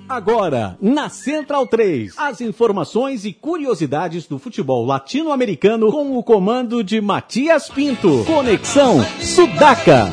Agora, na Central 3, as informações e curiosidades do futebol latino-americano com o comando de Matias Pinto. Conexão Sudaca.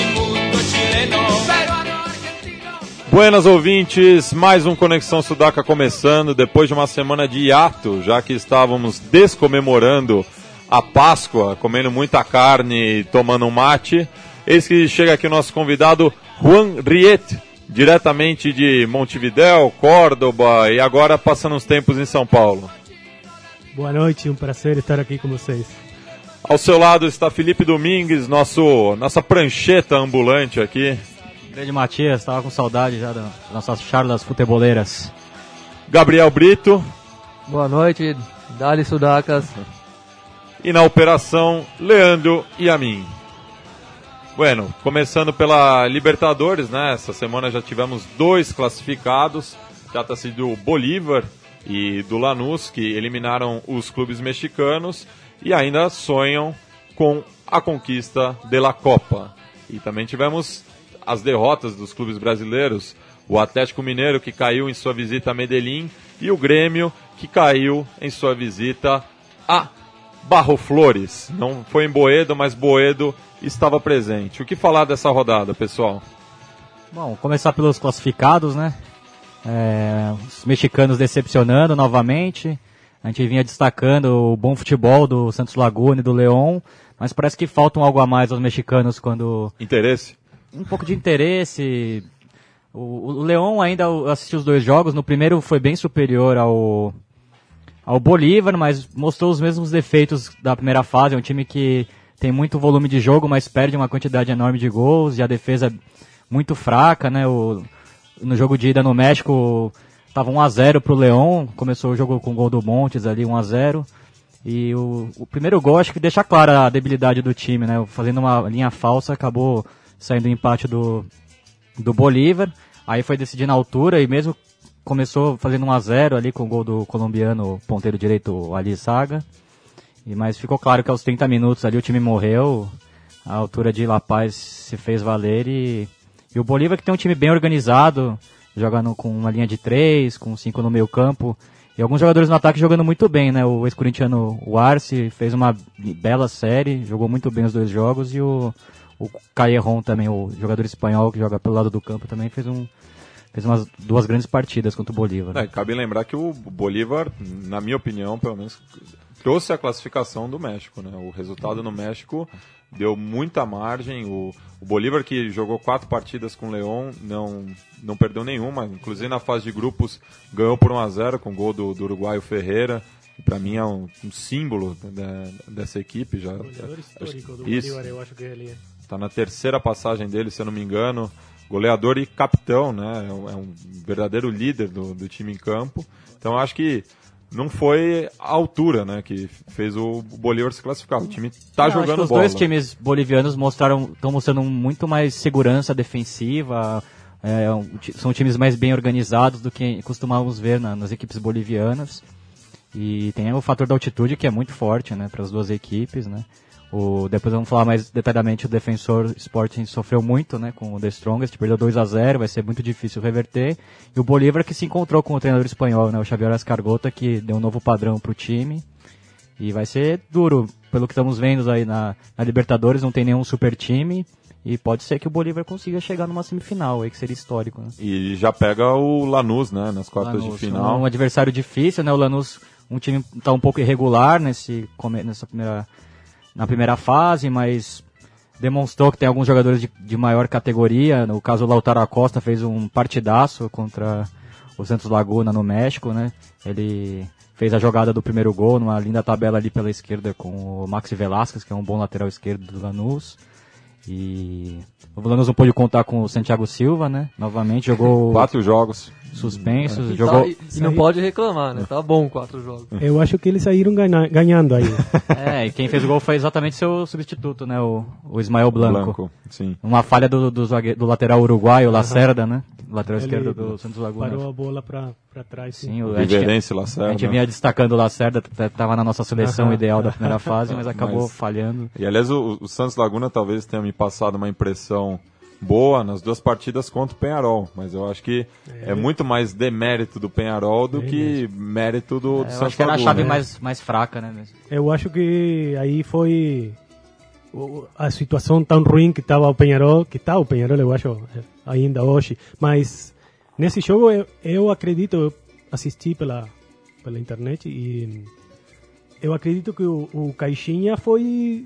Buenas ouvintes, mais um Conexão Sudaca começando, depois de uma semana de hiato, já que estávamos descomemorando a Páscoa, comendo muita carne e tomando um mate. Eis que chega aqui o nosso convidado, Juan Riet, diretamente de Montevidéu, Córdoba e agora passando uns tempos em São Paulo. Boa noite, um prazer estar aqui com vocês. Ao seu lado está Felipe Domingues, nossa prancheta ambulante aqui. Grande Matias, estava com saudade já das nossas charlas futeboleiras. Gabriel Brito. Boa noite, Dali Sudacas. E na operação, Leandro Yamin. Bueno, começando pela Libertadores, né? Essa semana já tivemos 2 classificados. Trata-se do Bolívar e do Lanús, que eliminaram os clubes mexicanos e ainda sonham com a conquista da Copa. E também tivemos as derrotas dos clubes brasileiros, o Atlético Mineiro, que caiu em sua visita a Medellín, e o Grêmio, que caiu em sua visita a Barro Flores. Não foi em Boedo, mas Boedo estava presente. O que falar dessa rodada, pessoal? Bom, começar pelos classificados, né? Os mexicanos decepcionando novamente. A gente vinha destacando o bom futebol do Santos Laguna e do León, mas parece que faltam algo a mais aos mexicanos quando... Interesse? Um pouco de interesse. O León ainda assistiu os 2 jogos. No primeiro foi bem superior ao Bolívar, mas mostrou os mesmos defeitos da primeira fase. É um time que tem muito volume de jogo, mas perde uma quantidade enorme de gols, e a defesa é muito fraca, né? No jogo de ida no México, estava 1-0 pro León, começou o jogo com o gol do Montes ali, 1-0, e o primeiro gol acho que deixa clara a debilidade do time, né? Fazendo uma linha falsa, acabou saindo o empate do Bolívar, aí foi decidir na altura, e mesmo começou fazendo 1-0 ali com o gol do colombiano, ponteiro direito, Ali Saga. Mas ficou claro que aos 30 minutos ali o time morreu, a altura de La Paz se fez valer, e o Bolívar, que tem um time bem organizado, jogando com uma linha de 3, com 5 no meio campo, e alguns jogadores no ataque jogando muito bem, né? O ex-corintiano Arce fez uma bela série, jogou muito bem os 2 jogos, e o Callejon também, o jogador espanhol que joga pelo lado do campo, também fez umas 2 grandes partidas contra o Bolívar. Cabe lembrar que o Bolívar, na minha opinião, pelo menos, trouxe a classificação do México, né? O resultado no México deu muita margem. O Bolívar, que jogou 4 partidas com o León, não perdeu nenhuma. Inclusive na fase de grupos ganhou por 1-0 com o gol do uruguaio Ferreira. Para mim é um símbolo dessa equipe. Já. Goleador histórico do Isso. Bolívar, eu acho que ele é. Está na 3ª passagem dele, se eu não me engano. Goleador e capitão, né? É um verdadeiro líder do time em campo. Então eu acho que não foi a altura, né, que fez o Bolívar se classificar. O time está jogando os bola. Os 2 times bolivianos estão mostrando muito mais segurança defensiva. São times mais bem organizados do que costumávamos ver nas equipes bolivianas. E tem o fator da altitude, que é muito forte, né, para as 2 equipes, né. Depois vamos falar mais detalhadamente, o Defensor Sporting sofreu muito, né, com o The Strongest, perdeu 2-0, vai ser muito difícil reverter. E o Bolívar, que se encontrou com o treinador espanhol, né, o Xavier Escargota, que deu um novo padrão pro time. E vai ser duro, pelo que estamos vendo aí na Libertadores, não tem nenhum super time. E pode ser que o Bolívar consiga chegar numa semifinal, aí que seria histórico, né? E já pega o Lanús, né, nas quartas de final. Um adversário difícil, né, o Lanús, um time tá um pouco irregular na primeira fase, mas demonstrou que tem alguns jogadores de maior categoria. No caso, o Lautaro Acosta fez um partidaço contra o Santos Laguna no México, né? Ele fez a jogada do primeiro gol numa linda tabela ali pela esquerda com o Maxi Velasquez, que é um bom lateral esquerdo do Lanús. E o Lanús não pôde contar com o Santiago Silva, né? Novamente jogou 4 jogos suspensos. E não pode reclamar, né? Tá bom 4 jogos. Eu acho que eles saíram ganhando aí. E quem fez o gol foi exatamente seu substituto, né? O Ismael Blanco. Sim. Uma falha do lateral uruguaio, Lacerda, né? Lateral esquerdo do Santos Laguna. Parou a bola pra trás. Sim, Lacerda. A gente vinha destacando o Lacerda, estava na nossa seleção ideal da primeira fase, mas acabou falhando. E aliás, o Santos Laguna talvez tenha me passado uma impressão boa nas 2 partidas contra o Peñarol, mas eu acho que é muito mais demérito do Peñarol do que mérito do Eu Santos acho que era a Laguna, chave né? mais fraca, né? Mesmo. Eu acho que aí foi a situação tão ruim que estava o Peñarol, eu acho, ainda hoje. Mas nesse jogo eu acredito, eu assisti pela internet e eu acredito que o Caixinha foi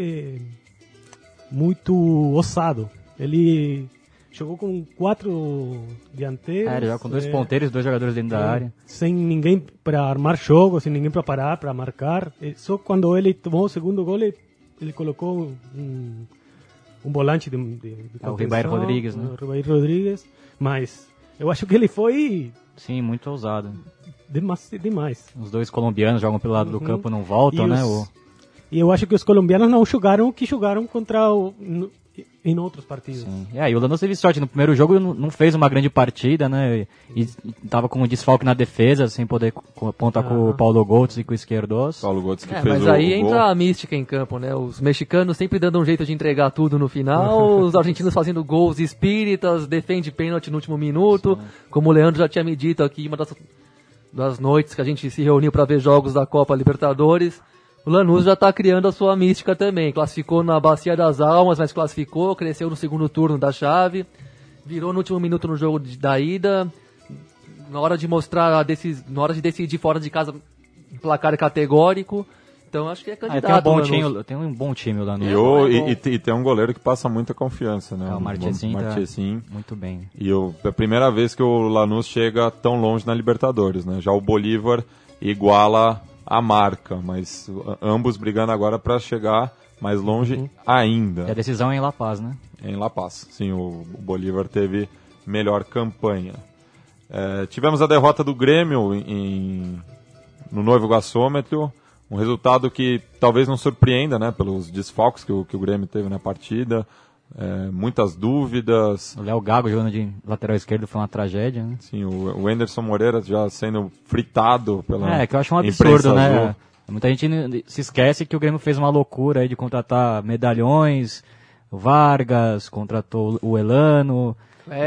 muito ousado. Ele jogou com 4 dianteiros. Ele joga com 2 ponteiros e 2 jogadores dentro da área. Sem ninguém para armar jogo, sem ninguém para parar, para marcar. Só quando ele tomou o segundo gol, ele colocou um volante de o Ribeiro Rodrigues, né? O Ribeiro Rodrigues. Mas eu acho que ele foi Sim, muito ousado. demais. Os 2 colombianos jogam pelo lado do campo, não voltam, né? E eu acho que os colombianos não jogaram o que jogaram em outros partidos. Sim. E o Lanús teve sorte. No primeiro jogo não fez uma grande partida, né? E tava com um desfalque na defesa, sem poder apontar com o Paulo Goltz e com o Esquerdos. Paulo Götze que fez Mas o aí gol. entra a mística em campo, né? Os mexicanos sempre dando um jeito de entregar tudo no final, os argentinos fazendo gols espíritas, defende pênalti no último minuto, como o Leandro já tinha me dito aqui, uma das noites que a gente se reuniu para ver jogos da Copa Libertadores. O Lanús já está criando a sua mística também. Classificou na Bacia das Almas, mas classificou, cresceu no segundo turno da chave, virou no último minuto no jogo da ida. Na hora de na hora de decidir fora de casa, placar categórico. Então acho que é candidato. Tem um bom time o Lanús. E tem um goleiro que passa muita confiança, né? O Marchesín Marchesín. Muito bem. E é a primeira vez que o Lanús chega tão longe na Libertadores, né? Já o Bolívar iguala a marca, mas ambos brigando agora para chegar mais longe ainda. E a decisão é em La Paz, né? Em La Paz. Sim, o Bolívar teve melhor campanha. Tivemos a derrota do Grêmio no Novo Gasômetro, um resultado que talvez não surpreenda, né, pelos desfalques que o Grêmio teve na partida, muitas dúvidas. O Léo Gago jogando de lateral esquerdo foi uma tragédia, né? Sim, o Anderson Moreira já sendo fritado pela que eu acho um imprensa absurdo, né? azul. Muita gente se esquece que o Grêmio fez uma loucura aí de contratar medalhões, o Vargas, contratou o Elano.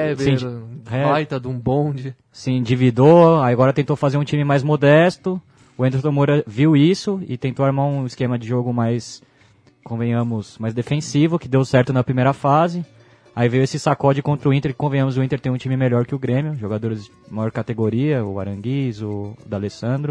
Baita de um bonde. Se endividou, aí agora tentou fazer um time mais modesto. O Anderson Moreira viu isso e tentou armar um esquema de jogo mais, convenhamos, mais defensivo, que deu certo na primeira fase. Aí veio esse sacode contra o Inter, que convenhamos, o Inter tem um time melhor que o Grêmio, jogadores de maior categoria, o Aranguiz, o D'Alessandro.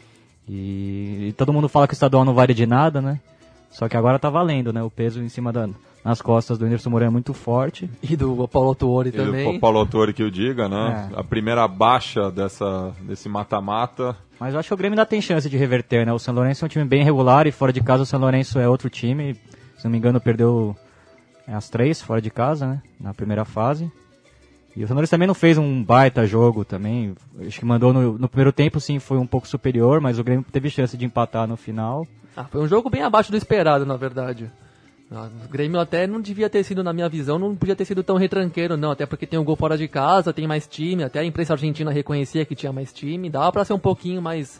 E todo mundo fala que o estadual não vale de nada, né? Só que agora tá valendo, né? O peso em cima nas costas do Anderson Moreira é muito forte. E do Paulo Autuori também. E do Paulo Autuori que o diga, né? A primeira baixa desse mata-mata. Mas eu acho que o Grêmio ainda tem chance de reverter, né? O São Lourenço é um time bem regular e fora de casa o São Lourenço é outro time. Se não me engano, perdeu as 3 fora de casa, né? Na primeira fase. E o São Lourenço também não fez um baita jogo também. Acho que mandou no primeiro tempo, sim, foi um pouco superior, mas o Grêmio teve chance de empatar no final. Foi um jogo bem abaixo do esperado, na verdade. O Grêmio até não devia ter sido, na minha visão, não podia ter sido tão retranqueiro, não. Até porque tem um gol fora de casa, tem mais time. Até a imprensa argentina reconhecia que tinha mais time. Dava pra ser um pouquinho mais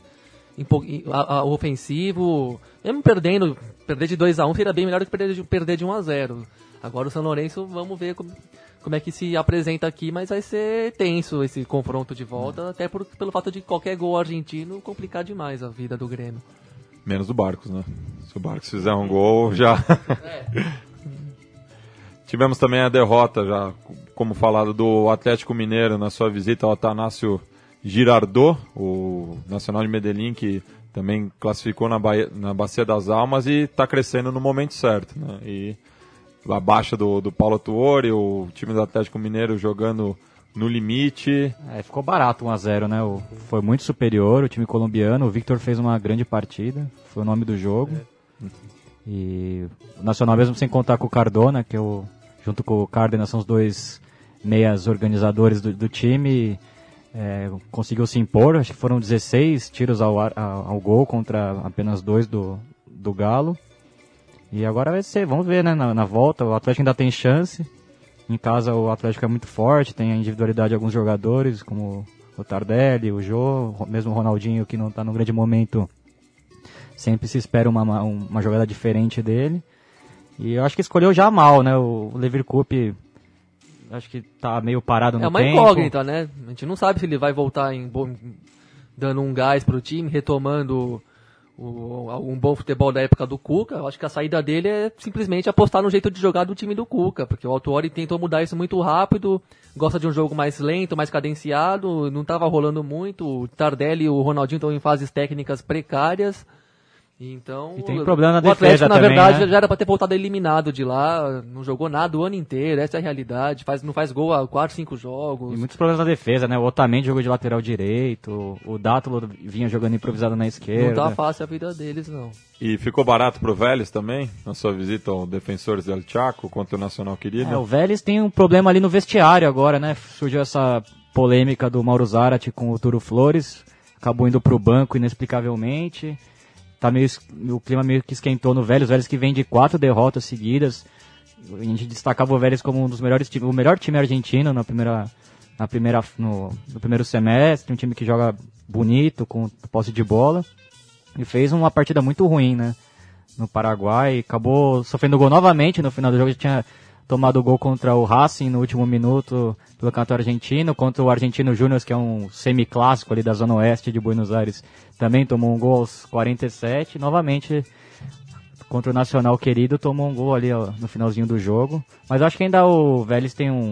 ofensivo. Mesmo perder de 2-1 seria bem melhor do que perder de 1-0. Agora o São Lourenço, vamos ver como é que se apresenta aqui, mas vai ser tenso esse confronto de volta, até pelo fato de qualquer gol argentino complicar demais a vida do Grêmio. Menos do Barcos, né? Se o Barcos fizer um gol, já... Tivemos também a derrota, já como falado, do Atlético Mineiro na sua visita ao Atanásio Girardot, o Nacional de Medellín, que também classificou na Bacia das Almas e está crescendo no momento certo, né? E a baixa do Paulo Autuori, o time do Atlético Mineiro jogando no limite. Ficou barato 1-0, né? Foi muito superior o time colombiano. O Victor fez uma grande partida, foi o nome do jogo. E o Nacional, mesmo sem contar com o Cardona, que junto com o Cárdenas são os 2 meias organizadores do time, conseguiu se impor. Acho que foram 16 tiros ao gol contra apenas 2 do Galo. E agora vai ser, vamos ver, né, na volta, o Atlético ainda tem chance. Em casa o Atlético é muito forte, tem a individualidade de alguns jogadores, como o Tardelli, o Jô, mesmo o Ronaldinho, que não está num grande momento, sempre se espera uma jogada diferente dele. E eu acho que escolheu já mal, né, o Leverkusen acho que tá meio parado no tempo. É uma incógnita, né? A gente não sabe se ele vai voltar dando um gás pro time, retomando um bom futebol da época do Cuca. Eu acho que a saída dele é simplesmente apostar no jeito de jogar do time do Cuca, porque o Autuori tentou mudar isso muito rápido, gosta de um jogo mais lento, mais cadenciado, não estava rolando muito, o Tardelli e o Ronaldinho estão em fases técnicas precárias. Então, e tem problema na o Atlético, defesa na também, verdade, né? já era para ter voltado eliminado de lá, não jogou nada o ano inteiro, essa é a realidade, não faz gol há 4, 5 jogos. E muitos problemas na defesa, né? O Otamendi jogou de lateral direito, o Dátulo vinha jogando improvisado na esquerda. Não tá fácil a vida deles, não. E ficou barato pro Vélez também, na sua visita ao Defensores del Chaco contra o Nacional Querido? O Vélez tem um problema ali no vestiário agora, né? Surgiu essa polêmica do Mauro Zarate com o Turo Flores, acabou indo pro banco inexplicavelmente. O clima meio que esquentou no Vélez, o Vélez que vem de 4 derrotas seguidas. A gente destacava o Vélez como um dos melhores times, o melhor time argentino no primeiro semestre, um time que joga bonito, com posse de bola, e fez uma partida muito ruim, né? No Paraguai, acabou sofrendo gol novamente no final do jogo, já tinha tomado gol contra o Racing no último minuto pelo campeonato argentino, contra o Argentino Júnior, que é um semiclássico ali da zona oeste de Buenos Aires, também tomou um gol aos 47, novamente contra o Nacional Querido tomou um gol ali no finalzinho do jogo, mas acho que ainda o Vélez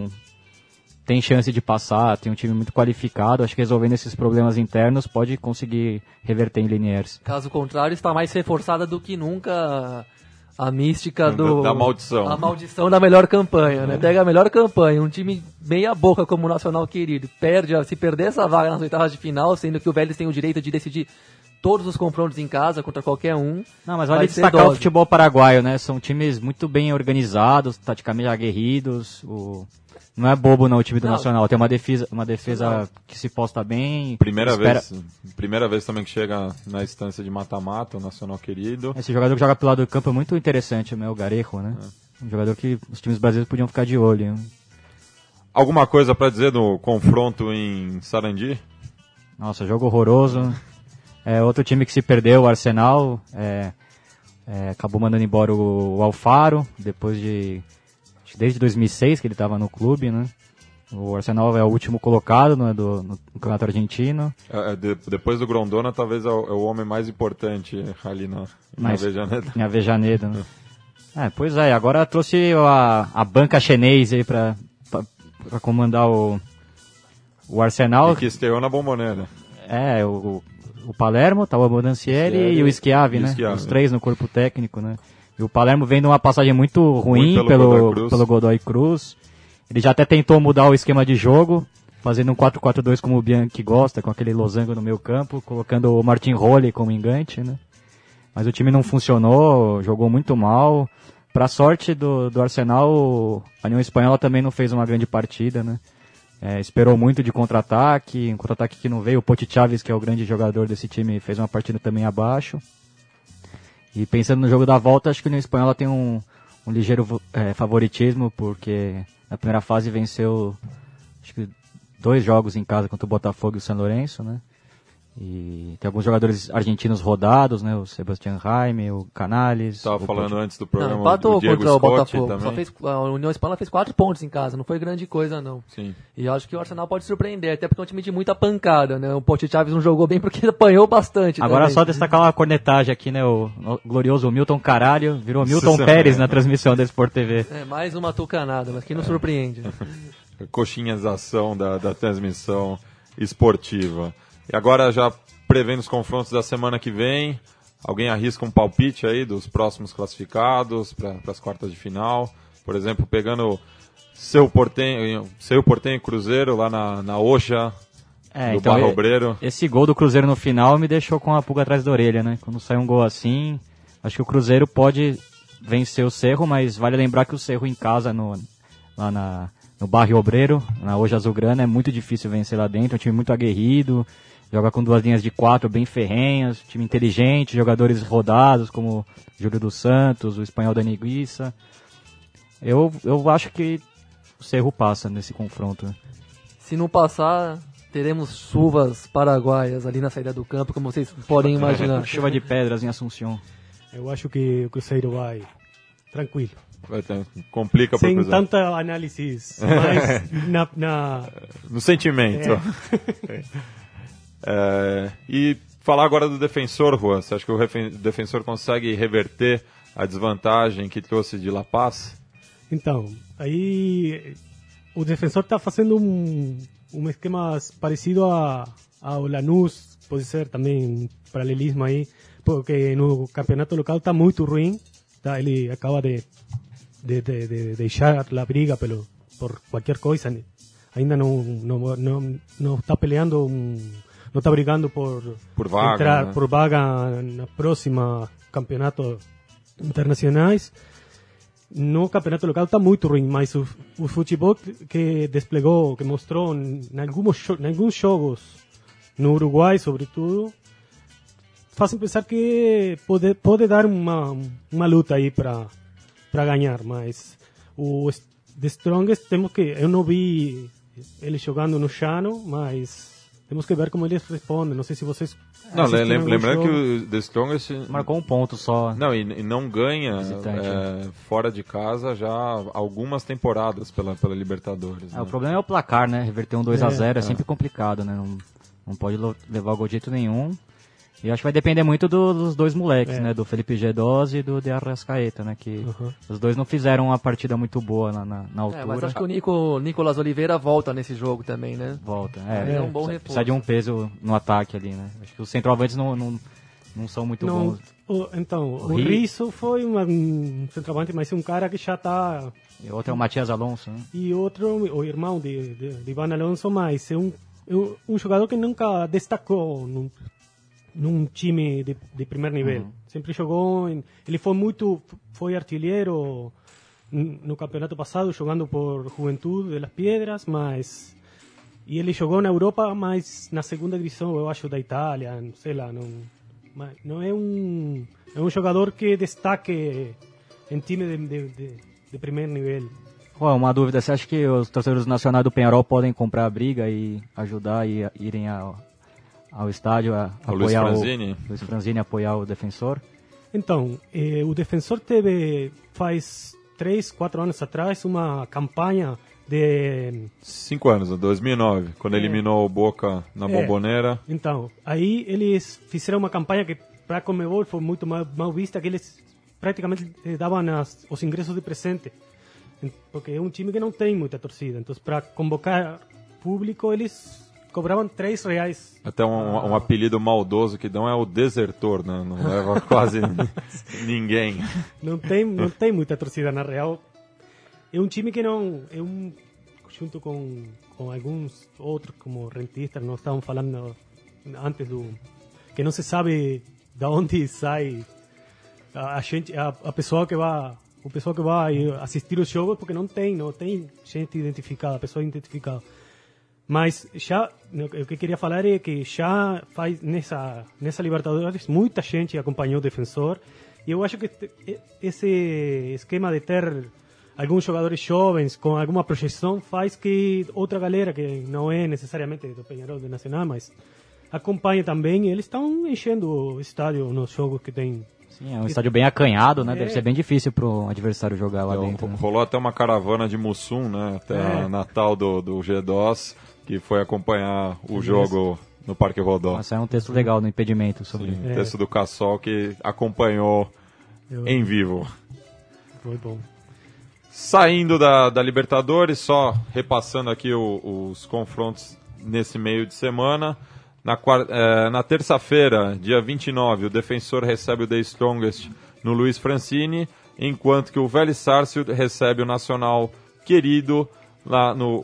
tem chance de passar, tem um time muito qualificado, acho que resolvendo esses problemas internos pode conseguir reverter em Liniers. Caso contrário, está mais reforçada do que nunca a mística da maldição. A maldição da melhor campanha, né? Pega a melhor campanha, um time meia boca como o Nacional Querido, se perder essa vaga nas oitavas de final, sendo que o Vélez tem o direito de decidir todos os confrontos em casa contra qualquer um. Não, mas vale destacar o futebol paraguaio, né? São times muito bem organizados, taticamente aguerridos, não é bobo não o time do Nacional, tem uma defesa que se posta bem. Primeira vez também que chega na instância de mata-mata, o Nacional Querido. Esse jogador que joga pelo lado do campo é muito interessante, o Garejo, né? Um jogador que os times brasileiros podiam ficar de olho. Hein? Alguma coisa para dizer do confronto em Sarandi? Nossa, jogo horroroso. Outro time que se perdeu, o Arsenal, acabou mandando embora o Alfaro, desde 2006 que ele estava no clube, né? O Arsenal é o último colocado no campeonato argentino. Depois do Grondona, talvez é o homem mais importante ali na Avejaneda. Em Avejaneda, né? Pois é, agora trouxe a banca chinês aí para comandar o Arsenal. E que estreou na Bombonera. O Palermo, o Abondancieri e o Schiavi, né? Os três no corpo técnico, né? E o Palermo vem de uma passagem muito ruim pelo Godoy Cruz. Ele já até tentou mudar o esquema de jogo, fazendo um 4-4-2 como o Bianchi gosta, com aquele losango no meio campo, colocando o Martin Rolle como engante, né? Mas o time não funcionou, jogou muito mal. Para sorte do Arsenal, a União Espanhola também não fez uma grande partida, né? Esperou muito de contra-ataque, um contra-ataque que não veio. O Poti Chaves, que é o grande jogador desse time, fez uma partida também abaixo. E pensando no jogo da volta, acho que a União Espanhola tem um ligeiro favoritismo, porque na primeira fase venceu acho que 2 jogos em casa contra o Botafogo e o San Lourenço, né? E tem alguns jogadores argentinos rodados, né? O Sebastián Jaime, o Canales. Estava falando antes do programa. Empatou o Diego contra o Scott Botafogo. A União Espanhola fez 4 pontos em casa, não foi grande coisa não. Sim. E eu acho que o Arsenal pode surpreender, até porque é um time de muita pancada, né? O Poti Chaves não jogou bem porque apanhou bastante. Agora também. só destacar uma cornetagem aqui, né? O glorioso Milton Caralho virou Milton Pérez na transmissão da Sport TV. Mais uma tucanada, mas que não surpreende. Coxinhazação da transmissão esportiva. E agora já prevendo os confrontos da semana que vem, alguém arrisca um palpite aí dos próximos classificados para as quartas de final? Por exemplo, pegando seu Portenho e Cruzeiro lá na Oxa, do então, Barra Obreiro. Esse gol do Cruzeiro no final me deixou com a pulga atrás da orelha, né? Quando sai um gol assim, acho que o Cruzeiro pode vencer o Cerro, mas vale lembrar que o Cerro em casa, lá no Barra Obreiro, na Oxa Azulgrana, é muito difícil vencer lá dentro, é um time muito aguerrido, joga com 2 linhas de 4 bem ferrenhas, time inteligente, jogadores rodados como Júlio dos Santos, o espanhol Dani Guissa. Eu acho que o Cerro passa nesse confronto. Se não passar, teremos chuvas paraguaias ali na saída do campo, como vocês podem imaginar. Chuva de pedras em Assunção. Eu acho que o Cruzeiro vai tranquilo. Complica para o Sem Cruzeiro. tanta análise, mas No sentimento. E falar agora do Defensor, Juan. Você acha que o Defensor consegue reverter a desvantagem que trouxe de La Paz? Então, aí o Defensor está fazendo um esquema parecido ao Lanús, pode ser também um paralelismo aí, porque no campeonato local está muito ruim, tá? Ele acaba de deixar a briga por qualquer coisa, ainda não está peleando, não está brigando por vaga, entrar né? por vaga na próxima campeonato internacionais. No campeonato local está muito ruim, mas o futebol que desplegou, que mostrou em alguns jogos no Uruguai, sobretudo, fazem pensar que pode dar uma luta aí para ganhar, mas o The Strongest eu não vi ele jogando no Chano, mas temos que ver como eles respondem. Não sei se vocês Não, assistiram lembrando algum que jogo. o The Strongest Marcou um ponto só. não, e não ganha Visitante, fora de casa já há algumas temporadas pela Libertadores. O Né? problema é o placar, né? Reverter um 2-0 é sempre complicado, né? Não pode levar o gol de jeito nenhum. E acho que vai depender muito dos dois moleques, né? Do Felipe Gedós e do De Arrascaeta, né? Que os dois não fizeram uma partida muito boa na altura. Mas acho que o Nicolas Oliveira volta nesse jogo também, né? Volta. É um bom reforço. Precisa de um peso no ataque ali, né? Acho que os centroavantes não são muito bons. O Rizzo foi um centroavante, mas um cara que já está... E outro é o Matias Alonso, né? E outro, o irmão de Ivan Alonso, mas é um jogador que nunca destacou num time de primeiro nível. Sempre jogou, ele foi artilheiro no campeonato passado, jogando por Juventude de Las Piedras, e ele jogou na Europa, mas na segunda divisão, eu acho, da Itália, sei lá, não é um jogador que destaque em time de primeiro nível. Uma dúvida, você acha que os torcedores nacionais do Peñarol podem comprar a briga e ajudar e irem ao estádio a apoiar Luiz Franzini apoiar o Defensor? Então, o Defensor teve, faz 3, 4 anos atrás, uma campanha de... 5 anos, 2009, quando eliminou o Boca na Bombonera. Então, aí eles fizeram uma campanha que para a Conmebol foi muito mal vista, que eles praticamente davam os ingressos de presente, porque é um time que não tem muita torcida. Então, para convocar público, eles cobravam R$3. Até um apelido maldoso que dão é o desertor, né? Não leva quase ninguém. Não tem muita torcida, na real. É um time que não... junto com alguns outros, como rentistas, nós estávamos falando antes que não se sabe de onde sai a pessoa que vai... O pessoal que vai assistir os jogos, porque não tem gente identificada, pessoa identificada. Mas já, o que queria falar é que já faz nessa Libertadores muita gente acompanhou o Defensor, e eu acho que esse esquema de ter alguns jogadores jovens com alguma projeção faz que outra galera que não é necessariamente do Peñarol, do Nacional, mas acompanhe também, e eles estão enchendo o estádio nos jogos que tem. Sim, é um estádio bem acanhado, né? Deve ser bem difícil para o adversário jogar lá dentro. Né? Rolou até uma caravana de Mussum, né? Até a Natal do G2, que foi acompanhar o jogo no Parque Rodó. Nossa, é um texto legal no impedimento sobre o texto do Cassol, que acompanhou em vivo. Foi bom. Saindo da Libertadores, só repassando aqui os confrontos nesse meio de semana. Na terça-feira, dia 29, o Defensor recebe o The Strongest no Luiz Franzini, enquanto que o Vélez Sarsfield recebe o Nacional Querido lá no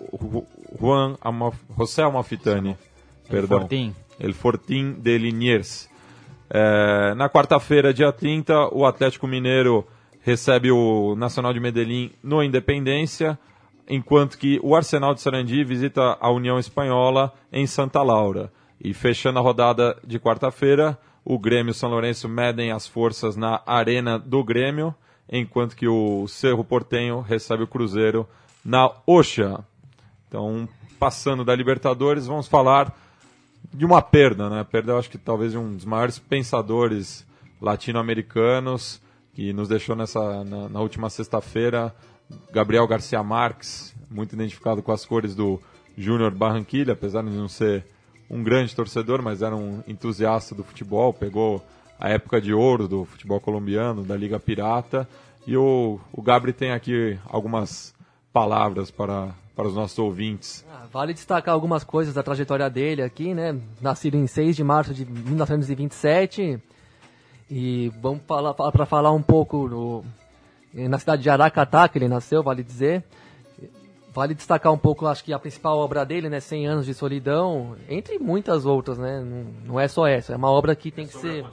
José Amalfitani. El Fortín de Liniers. Na quarta-feira, dia 30, o Atlético Mineiro recebe o Nacional de Medellín no Independência, enquanto que o Arsenal de Sarandi visita a União Espanhola em Santa Laura. E fechando a rodada de quarta-feira, o Grêmio São Lourenço medem as forças na Arena do Grêmio, enquanto que o Cerro Porteño recebe o Cruzeiro na Oxa. Então, passando da Libertadores, vamos falar de uma perda, né? Perda, eu acho que talvez de um dos maiores pensadores latino-americanos, E nos deixou na última sexta-feira Gabriel Garcia Marques, muito identificado com as cores do Júnior Barranquilla, apesar de não ser um grande torcedor, mas era um entusiasta do futebol, pegou a época de ouro do futebol colombiano, da Liga Pirata, e o Gabri tem aqui algumas palavras para os nossos ouvintes. Vale destacar algumas coisas da trajetória dele aqui, né? Nascido em 6 de março de 1927, e vamos para falar um pouco na cidade de Aracatá, que ele nasceu, vale dizer. Vale destacar um pouco, acho que a principal obra dele, né, 100 anos de solidão, entre muitas outras, né, não é só essa, é uma obra que tem que ser...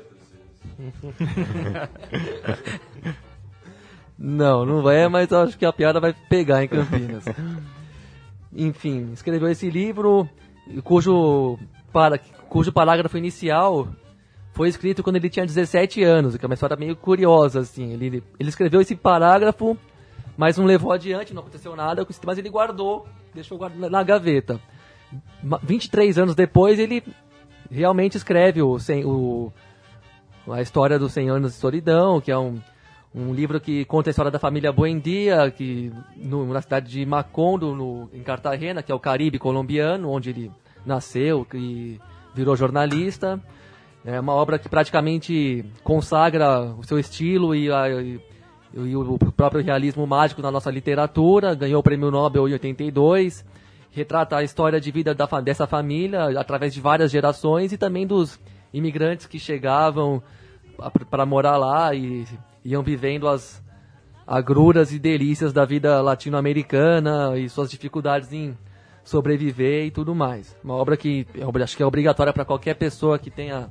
Não é, mas eu acho que a piada vai pegar em Campinas. Enfim, escreveu esse livro, cujo parágrafo inicial foi escrito quando ele tinha 17 anos, que é uma história meio curiosa, assim. Ele escreveu esse parágrafo, mas não levou adiante, não aconteceu nada, mas ele guardou, deixou na gaveta. 23 anos depois, ele realmente escreve a história dos 100 anos de solidão, que é um livro que conta a história da família Buendia, que na cidade de Macondo, em Cartagena, que é o Caribe colombiano, onde ele nasceu e virou jornalista. É uma obra que praticamente consagra o seu estilo e o próprio realismo mágico na nossa literatura. Ganhou o Prêmio Nobel em 82. Retrata a história de vida dessa família através de várias gerações e também dos imigrantes que chegavam para morar lá e iam vivendo as agruras e delícias da vida latino-americana e suas dificuldades em sobreviver e tudo mais. Uma obra que acho que é obrigatória para qualquer pessoa que tenha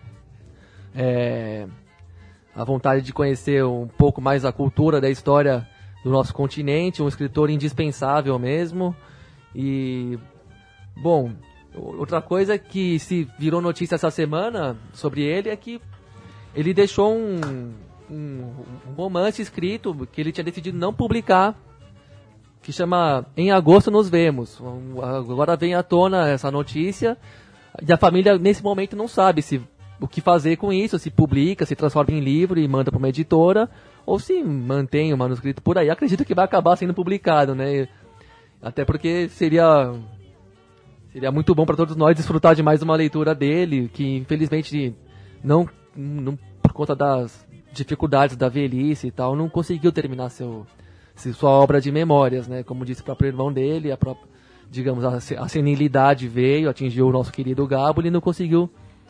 a vontade de conhecer um pouco mais a cultura da história do nosso continente, um escritor indispensável mesmo. E, bom, outra coisa que se virou notícia essa semana sobre ele é que ele deixou um romance escrito que ele tinha decidido não publicar, que chama Em Agosto Nos Vemos. Agora vem à tona essa notícia e a família nesse momento não sabe o que fazer com isso, se publica, se transforma em livro e manda para uma editora, ou se mantém o manuscrito por aí. Acredito que vai acabar sendo publicado, né? Até porque seria muito bom para todos nós desfrutar de mais uma leitura dele, que infelizmente não por conta das dificuldades da velhice e tal, não conseguiu terminar sua obra de memórias, né? Como disse o próprio irmão dele, digamos, a senilidade veio, atingiu o nosso querido Gabo, ele não conseguiu,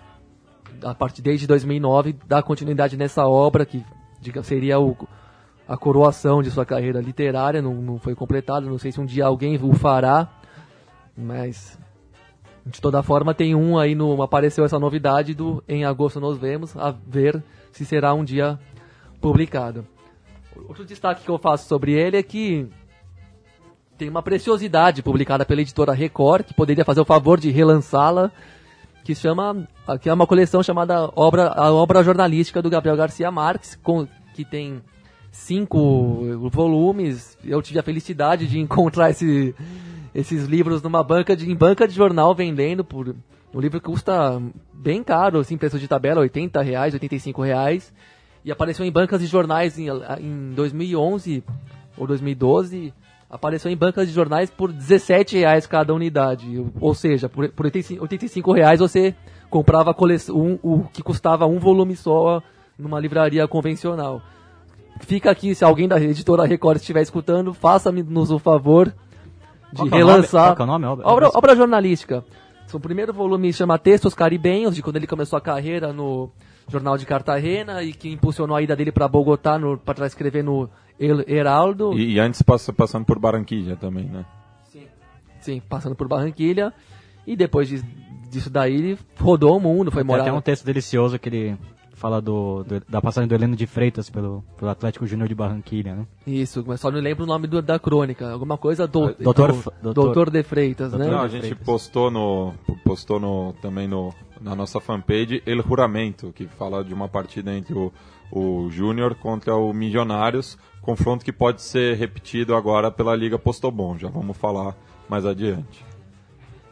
a partir desde 2009, dar continuidade nessa obra, que seria a coroação de sua carreira literária, não foi completado, não sei se um dia alguém o fará, mas de toda forma tem aí, apareceu essa novidade do Em Agosto Nos Vemos, a ver se será um dia publicado. Outro destaque que eu faço sobre ele é que tem uma preciosidade publicada pela editora Record, que poderia fazer o favor de relançá-la, que é uma coleção chamada A Obra Jornalística do Gabriel Garcia Marques, que tem 5 volumes. Eu tive a felicidade de encontrar esses livros em banca de jornal vendendo por um livro que custa bem caro, assim, preço de tabela, R$80, R$85, e apareceu em bancas de jornais em 2011 ou 2012, apareceu em bancas de jornais por R$17 cada unidade, ou seja, por R$85 você comprava o que custava um volume só numa livraria convencional. Fica aqui, se alguém da editora Record estiver escutando, faça-nos o favor de relançar. Qual é o nome? Obra jornalística. O primeiro volume chama Textos Caribenhos, de quando ele começou a carreira no Jornal de Cartagena e que impulsionou a ida dele para Bogotá para escrever no El Heraldo. E antes passando por Barranquilla também, né? Sim, passando por Barranquilla. E depois disso daí ele rodou o mundo, foi morar... Tem um texto delicioso que ele fala da passagem do Heleno de Freitas pelo Atlético Júnior de Barranquilla, né? Isso, mas só não lembro o nome da crônica. Alguma coisa Doutor de Freitas, né? Não, a gente postou também na nossa fanpage El Juramento, que fala de uma partida entre o Júnior contra o Milionários, confronto que pode ser repetido agora pela Liga Postobon. Já vamos falar mais adiante.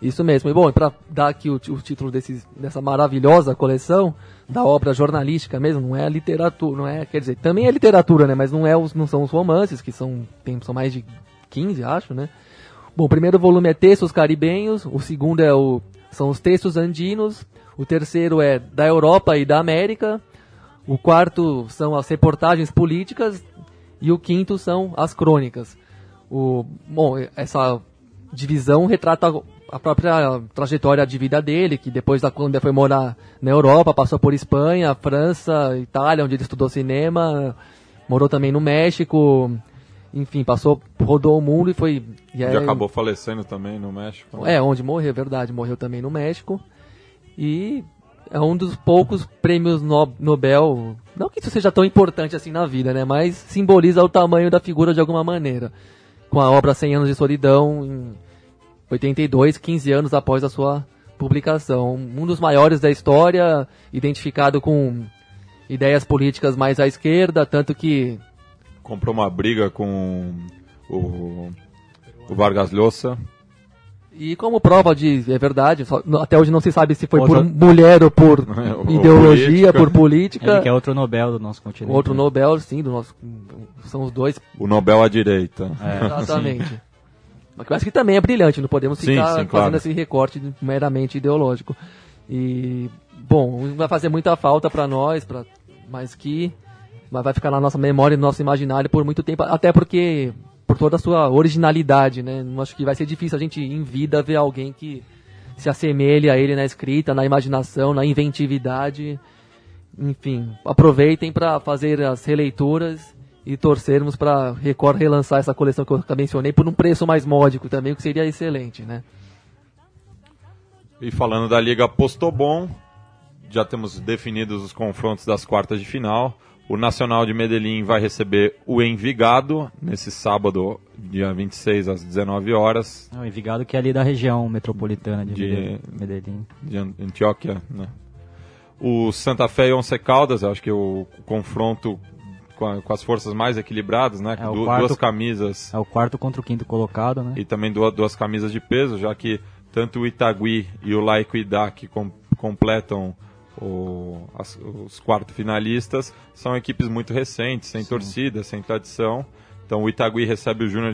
Isso mesmo. E bom, para dar aqui o título dessa maravilhosa coleção, da obra jornalística mesmo, não é a literatura, não é, quer dizer, também é literatura, né, mas não são os romances, que são mais de 15, acho, né. Bom, o primeiro volume é Textos Caribenhos, o segundo são os Textos Andinos, o terceiro é da Europa e da América, o quarto são as reportagens políticas e o quinto são as crônicas. Bom, essa divisão retrata a própria trajetória de vida dele, que depois da Colômbia foi morar na Europa, passou por Espanha, França, Itália, onde ele estudou cinema, morou também no México, enfim, rodou o mundo e foi... E acabou falecendo também no México. Né? Onde morreu, verdade, morreu também no México. E é um dos poucos prêmios Nobel, não que isso seja tão importante assim na vida, né, mas simboliza o tamanho da figura de alguma maneira. Com a obra 100 Anos de Solidão, em 82, 15 anos após a sua publicação. Um dos maiores da história, identificado com ideias políticas mais à esquerda, tanto que... Comprou uma briga com o Vargas Llosa. E como prova é verdade, até hoje não se sabe se foi por mulher ou por ideologia, por política. Ele que é outro Nobel do nosso continente. Outro Nobel, sim, são os dois. O Nobel à direita. Exatamente. Mas que também é brilhante, não podemos ficar fazendo esse recorte meramente ideológico. E, bom, vai fazer muita falta para nós, mas vai ficar na nossa memória e no nosso imaginário por muito tempo, até porque, por toda a sua originalidade, né? Não acho que vai ser difícil a gente, em vida, ver alguém que se assemelhe a ele na escrita, na imaginação, na inventividade. Enfim, aproveitem para fazer as releituras e torcermos para Record relançar essa coleção que eu mencionei por um preço mais módico também, o que seria excelente, né? E falando da Liga Postobon, já temos definidos os confrontos das quartas de final. O Nacional de Medellín vai receber o Envigado nesse sábado, dia 26, às 19 horas. O Envigado que é ali da região metropolitana de Medellín. De Antioquia, né? O Santa Fé e Once Caldas, eu acho que o confronto com as forças mais equilibradas, né? Duas camisas. É o quarto contra o quinto colocado, né? E também duas camisas de peso, já que tanto o Itagüí e o La Equidad, que completam os quartos finalistas, são equipes muito recentes, sem torcida, sem tradição. Então o Itagüí recebe o Júnior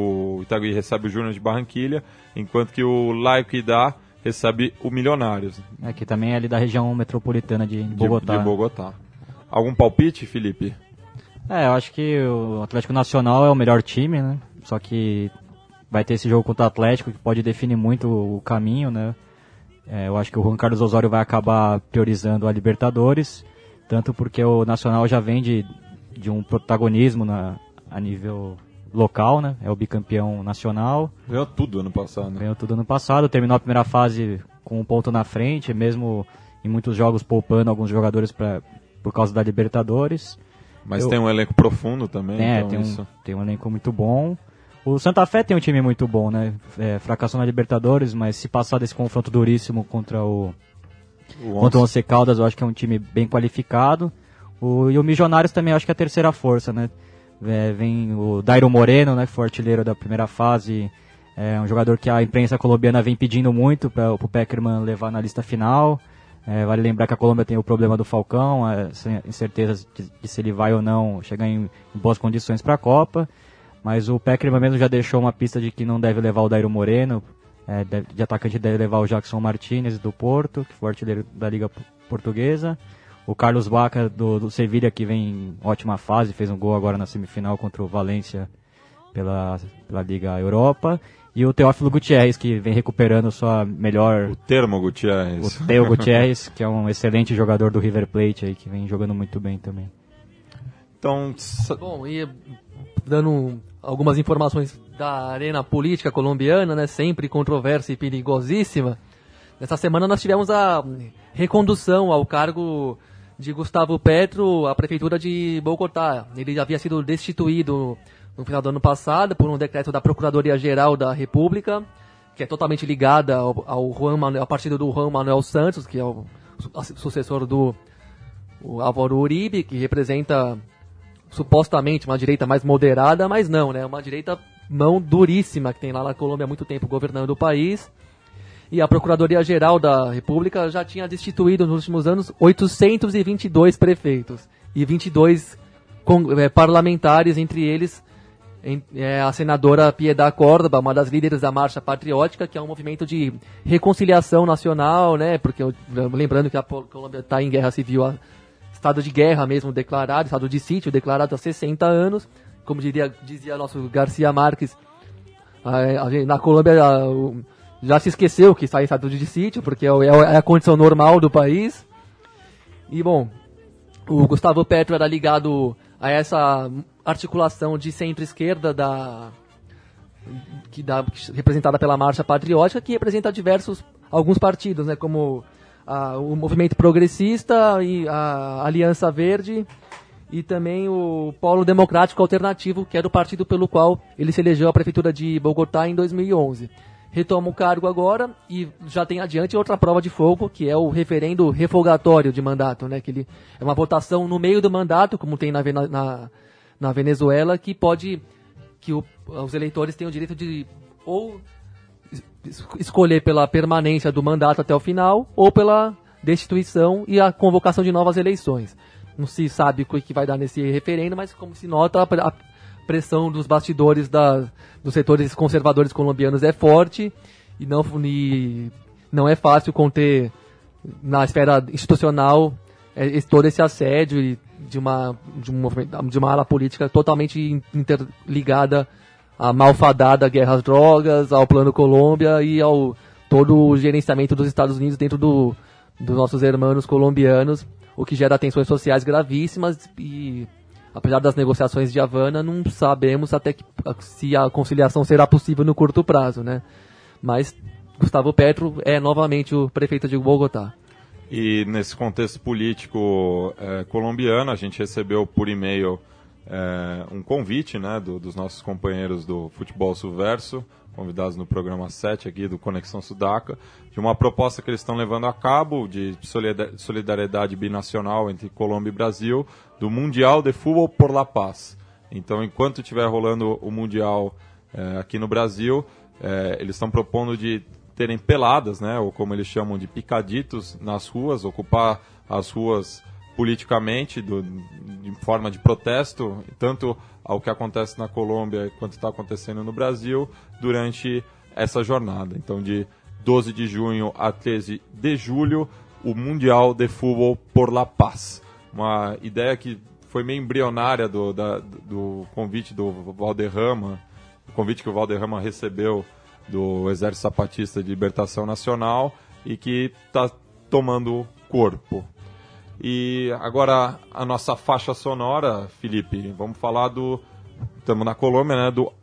de Barranquilha, enquanto que o La Equidad recebe o Milionários. Que também é ali da região metropolitana de Bogotá. De Bogotá. Algum palpite, Felipe? Eu acho que o Atlético Nacional é o melhor time, né? Só que vai ter esse jogo contra o Atlético que pode definir muito o caminho, né? Eu acho que o Juan Carlos Osório vai acabar priorizando a Libertadores, tanto porque o Nacional já vem de um protagonismo a nível local, né? É o bicampeão nacional. Ganhou tudo ano passado. Terminou a primeira fase com um ponto na frente, mesmo em muitos jogos poupando alguns jogadores por causa da Libertadores. Mas tem um elenco profundo também. Tem um elenco muito bom. O Santa Fé tem um time muito bom, né? Fracassou na Libertadores, mas se passar desse confronto duríssimo contra o Once Caldas, eu acho que é um time bem qualificado. E o Milionários também, eu acho que é a terceira força, né? Vem o Dairo Moreno, né? Que foi artilheiro da primeira fase. É um jogador que a imprensa colombiana vem pedindo muito para o Pekerman levar na lista final. Vale lembrar que a Colômbia tem o problema do Falcão, incerteza de se ele vai ou não chegar em boas condições para a Copa. Mas o Pekerman mesmo já deixou uma pista de que não deve levar o Dairo Moreno, de atacante deve levar o Jackson Martínez do Porto, que foi artilheiro da Liga Portuguesa. O Carlos Vaca do Sevilla, que vem em ótima fase, fez um gol agora na semifinal contra o Valência pela Liga Europa. E o Teófilo Gutiérrez, que vem recuperando sua melhor... O Termo Gutiérrez. O Teo Gutiérrez, que é um excelente jogador do River Plate, aí, que vem jogando muito bem também. Então... Bom, e dando algumas informações da arena política colombiana, né, sempre controversa e perigosíssima. Nessa semana nós tivemos a recondução ao cargo de Gustavo Petro à prefeitura de Bogotá. Ele havia sido destituído no final do ano passado por um decreto da Procuradoria-Geral da República, que é totalmente ligada ao partido do Juan Manuel Santos, que é o sucessor do Álvaro Uribe, que representa supostamente uma direita mais moderada, mas não, né? Uma direita mão duríssima que tem lá na Colômbia há muito tempo governando o país. E a Procuradoria-Geral da República já tinha destituído nos últimos anos 822 prefeitos e 22 parlamentares, entre eles a senadora Piedad Córdoba, uma das líderes da Marcha Patriótica, que é um movimento de reconciliação nacional, né? Porque lembrando que a Colômbia está em guerra civil, estado de guerra mesmo declarado, estado de sítio declarado há 60 anos. Como dizia nosso Garcia Marques, na Colômbia já se esqueceu que está em estado de sítio, porque é a condição normal do país. E, bom, o Gustavo Petro era ligado a essa articulação de centro-esquerda representada pela Marcha Patriótica, que representa alguns partidos, né, como o Movimento Progressista e a Aliança Verde, e também o Polo Democrático Alternativo, que era o partido pelo qual ele se elegeu à Prefeitura de Bogotá em 2011. Retoma o cargo agora e já tem adiante outra prova de fogo, que é o referendo revogatório de mandato, né? Que é uma votação no meio do mandato, como tem na Venezuela, que os eleitores têm o direito de ou escolher pela permanência do mandato até o final, ou pela destituição e a convocação de novas eleições. Não se sabe o que vai dar nesse referendo, mas como se nota, a pressão dos bastidores dos setores conservadores colombianos é forte e não é fácil conter na esfera institucional todo esse assédio e de uma ala política totalmente interligada à malfadada guerra às drogas, ao Plano Colômbia e ao todo o gerenciamento dos Estados Unidos dentro dos nossos irmãos colombianos, o que gera tensões sociais gravíssimas e, apesar das negociações de Havana, não sabemos até se a conciliação será possível no curto prazo, né? Mas Gustavo Petro é novamente o prefeito de Bogotá. E nesse contexto político colombiano, a gente recebeu por e-mail um convite, né, dos nossos companheiros do Futebol Subverso, convidados no programa 7 aqui do Conexão Sudaca, de uma proposta que eles estão levando a cabo de solidariedade binacional entre Colômbia e Brasil, do Mundial de Futebol por la Paz. Então, enquanto estiver rolando o Mundial aqui no Brasil, eles estão propondo de terem peladas, né, ou como eles chamam de picaditos nas ruas, ocupar as ruas politicamente, de forma de protesto, tanto ao que acontece na Colômbia quanto está acontecendo no Brasil, durante essa jornada. Então, de 12 de junho a 13 de julho, o Mundial de Futebol por la Paz. Uma ideia que foi meio embrionária do convite do Valderrama, o convite que o Valderrama recebeu do Exército Zapatista de Libertação Nacional e que está tomando corpo. E agora a nossa faixa sonora, Felipe, vamos falar estamos na Colômbia, né, do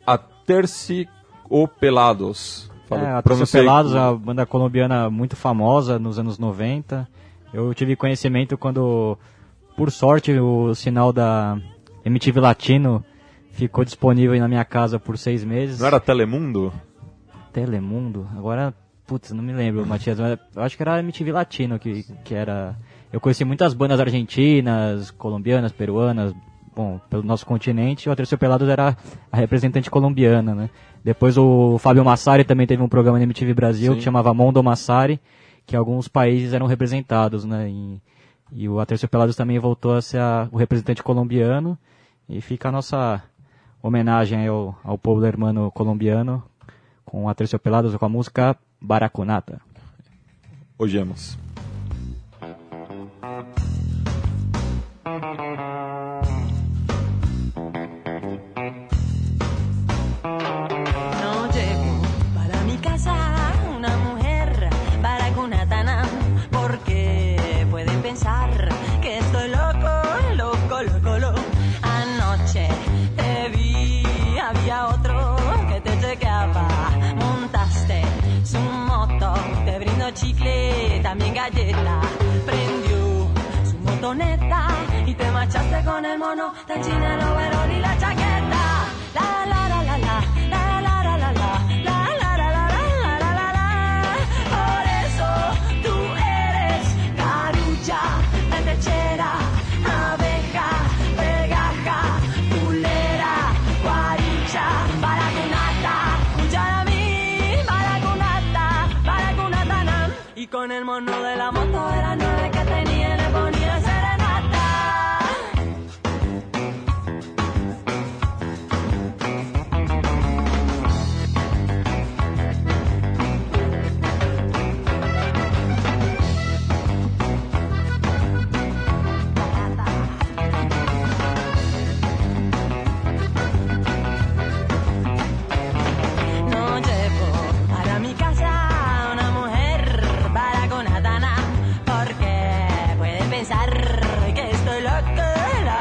Aterciopelados. Aterciopelados é uma banda colombiana muito famosa nos anos 90. Eu tive conhecimento quando, por sorte, o sinal da MTV Latino ficou disponível na minha casa por 6 meses. Não era Telemundo? Telemundo? Agora, putz, não me lembro, Matias, mas eu acho que era MTV Latino que era... Eu conheci muitas bandas argentinas, colombianas, peruanas, bom, pelo nosso continente, o Aterciopelados era a representante colombiana, né? Depois o Fábio Massari também teve um programa na MTV Brasil, sim, que chamava Mondo Massari, que alguns países eram representados, né? E o Aterciopelados também voltou a ser o representante colombiano, e fica a nossa homenagem ao povo hermano colombiano, com o Aterciopelados, com a música Baracunata. Ouvimos. Chicle, también galleta, prendió su motoneta y te marchaste con el mono, tan china el overol y la chaqueta. La la la la la, la la la la la, la la la la la la la la. Por eso tú eres carucha, lechera, abeja, pegaja, pulera, guaricha, baracunata, escuchar a mí, baracunata, baracunata. y con el mono de la moto de las 9 que tenía le ponía serenata. No llevo para mi casa una mujer para con Atana, porque puede pensar que estoy loca.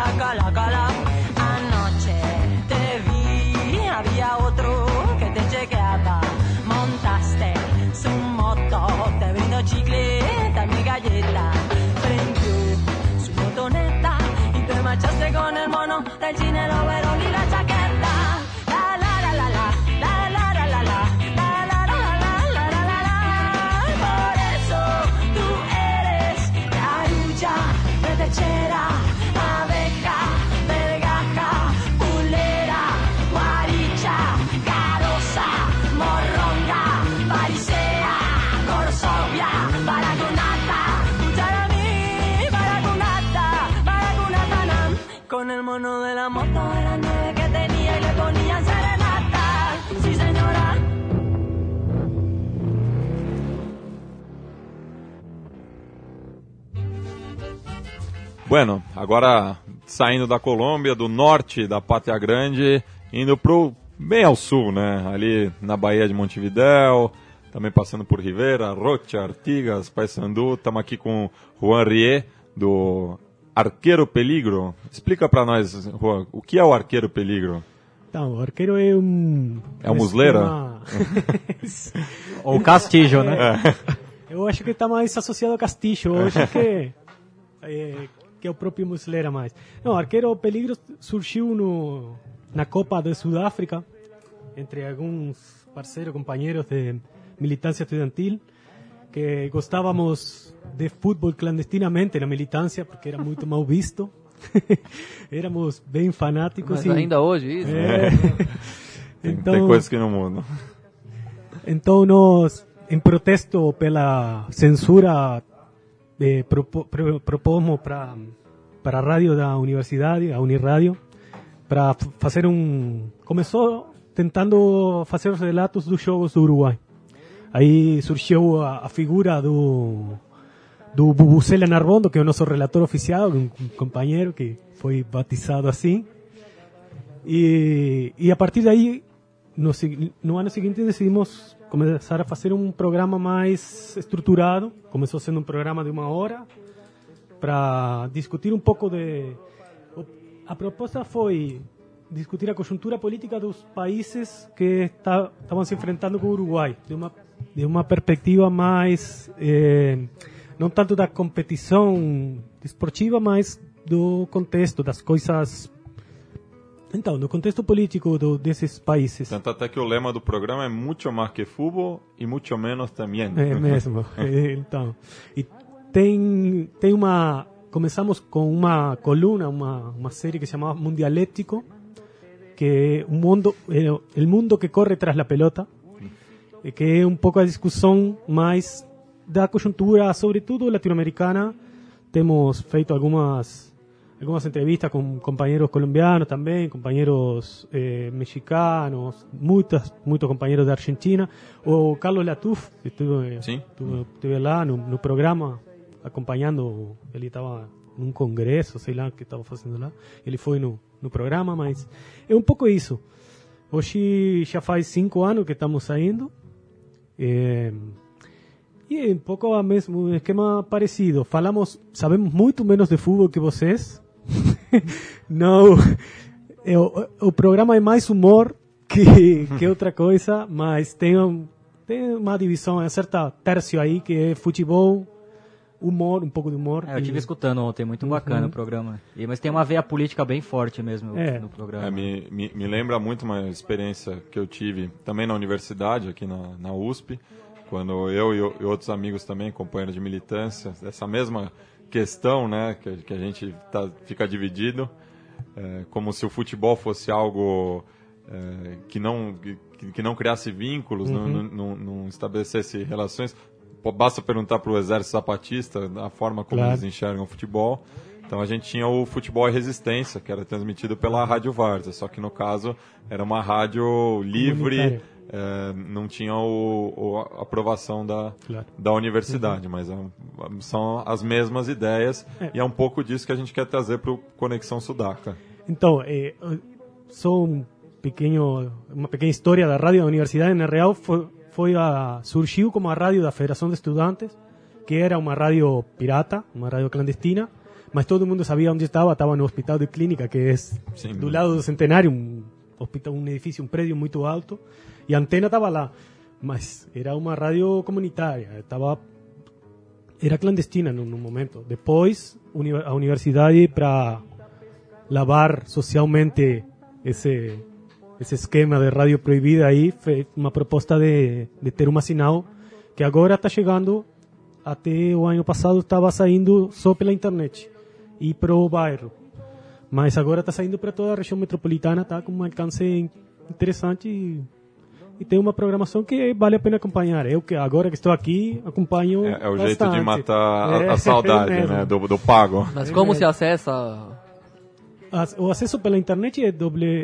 Anoche te vi, había otro que te chequeaba, montaste su moto, te brindo chicleta, mi galleta, prendió su motoneta y te marchaste con el mono del cine, el overol y la chaqueta. La la la la la, la la la la la, la la la la la la la la. Por eso tú eres carulla, retechera, abeja, vergaja, pulera, guaricha, carosa, morronga, parisea, corsovia, baragunata, cucharamí, baragunata, nam. Con el mono de la moto de las 9 que tenía y le ponía serenata. Sí, señora. Bueno, agora saindo da Colômbia, do norte da Pátria Grande, indo bem ao sul, né? Ali na Baía de Montevidéu, também passando por Rivera, Rocha, Artigas, Paysandu. Estamos aqui com Juan Rié, do Arqueiro Peligro. Explica para nós, Juan, o que é o Arqueiro Peligro? Então, o arqueiro é um... É um musleira? Ou Castillo, né? Eu acho que está mais associado ao Castillo hoje que é o próprio Muslera mais. Não, Arqueiro Peligro surgiu na Copa de Sudáfrica, entre alguns parceiros, companheiros de militância estudantil, que gostávamos de futebol clandestinamente na militância, porque era muito mal visto. Éramos bem fanáticos. Mas ainda hoje isso? Então, tem coisas que não mudam. Então nós, em protesto pela censura, propomos para a rádio da universidade, a Uniradio, para fazer começou tentando fazer os relatos dos jogos do Uruguai. Aí surgiu a figura do Bubucela Narbondo, que é o nosso relator oficial, um companheiro que foi batizado assim. E a partir daí, no ano seguinte, decidimos começar a fazer um programa mais estruturado. Começou sendo um programa de 1 hora para discutir um pouco a proposta foi discutir a conjuntura política dos países que estavam se enfrentando com o Uruguai, de uma perspectiva mais, não tanto da competição esportiva, mas do contexto, das coisas. Então, no contexto político desses países. Tanto até que o lema do programa é muito mais que futebol e muito menos também. É mesmo. Então, e tem começamos com uma coluna, uma série que se chamava Mundialético, que é o mundo que corre tras la pelota, que é um pouco a discussão mais da conjuntura, sobretudo latino-americana. Temos feito algumas entrevistas com companheiros colombianos também, companheiros mexicanos, muitos companheiros da Argentina. O Carlos Latuf, que estuve lá no programa, acompanhando, ele estava num congresso, sei lá, que estava fazendo lá. Ele foi no programa, mas é um pouco isso. Hoje já faz 5 anos que estamos saindo. E é um pouco o mesmo esquema parecido. Sabemos muito menos de futebol que vocês. Não, o programa é mais humor que outra coisa, mas tem uma divisão, é certa terço aí que é futebol, humor, um pouco de humor. Eu estive escutando ontem, muito bacana o programa. Mas tem uma veia política bem forte mesmo no programa. Me lembra muito uma experiência que eu tive também na universidade, aqui na USP, quando eu e outros amigos também, companheiros de militância, essa mesma questão, né, que a gente fica dividido, como se o futebol fosse algo que não criasse vínculos, não estabelecesse relações. basta perguntar para o Exército Zapatista a forma como Claro. eles enxergam o futebol. Então a gente tinha o Futebol e Resistência, que era transmitido pela Rádio Várzea, só que no caso era uma rádio livre, não tinha a aprovação Claro. da universidade, mas são as mesmas ideias e é um pouco disso que a gente quer trazer para o Conexão Sudaca. Então, só uma pequena história da rádio da universidade. Na real, surgiu como a rádio da Federação de Estudantes, que era uma rádio pirata, uma rádio clandestina, mas todo mundo sabia onde estava no Hospital de Clínica, que é do lado do Centenário, um edifício, um prédio muito alto, e a antena estava lá, mas era uma rádio comunitária, era clandestina no momento. Depois, a universidade, para lavar socialmente esse esquema de rádio proibida aí, fez uma proposta de ter um sinal que agora está chegando, até o ano passado estava saindo só pela internet e para o bairro, mas agora está saindo para toda a região metropolitana, está com um alcance interessante e tem uma programação que vale a pena acompanhar. Eu, que agora que estou aqui, acompanho É o bastante. jeito de matar a saudade, né, do pago. Mas como se acessa? O acesso pela internet é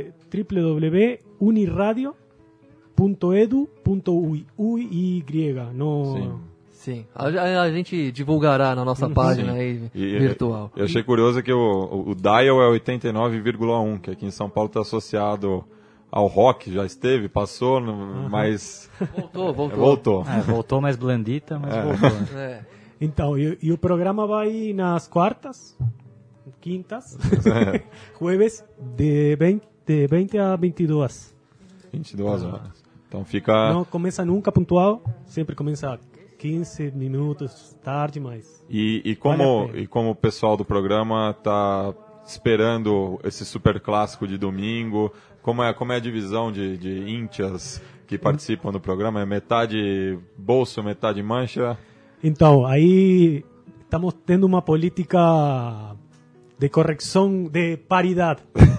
www.uniradio.edu.ui. Sim. Sim, a gente divulgará na nossa página aí virtual. Eu achei curioso que o dial é 89,1, que aqui em São Paulo está associado ao rock, já esteve, passou, mas... Voltou. Voltou mais blandita, mas voltou. Né? Então, e o programa vai nas quartas, quintas, jueves, de 20 a 22. 22 horas. Então fica... Não começa nunca pontual, sempre começa 15 minutos tarde, mas... E como o pessoal do programa está esperando esse super clássico de domingo, como é a divisão de íntias que participam do programa? É metade bolso, metade mancha? Então, aí estamos tendo uma política de correção de paridade.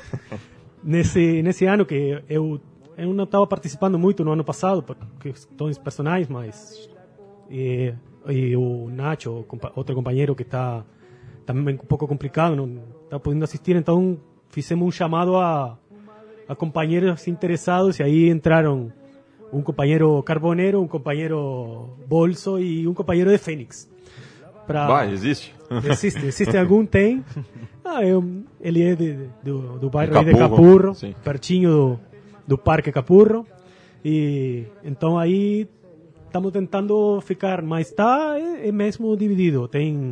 nesse ano que eu não estava participando muito no ano passado, por questões personais, mas... E o Nacho, outro companheiro que está também um pouco complicado, não está podendo assistir, então fizemos um chamado a companheiros interessados e aí entraram um companheiro Carbonero, um companheiro Bolso e um companheiro de Fênix. Existe? Existe algum, tem. Ele é do bairro Capurro, de Capurro, sim. pertinho do Parque Capurro, e então aí estamos tentando ficar, mas é mesmo dividido.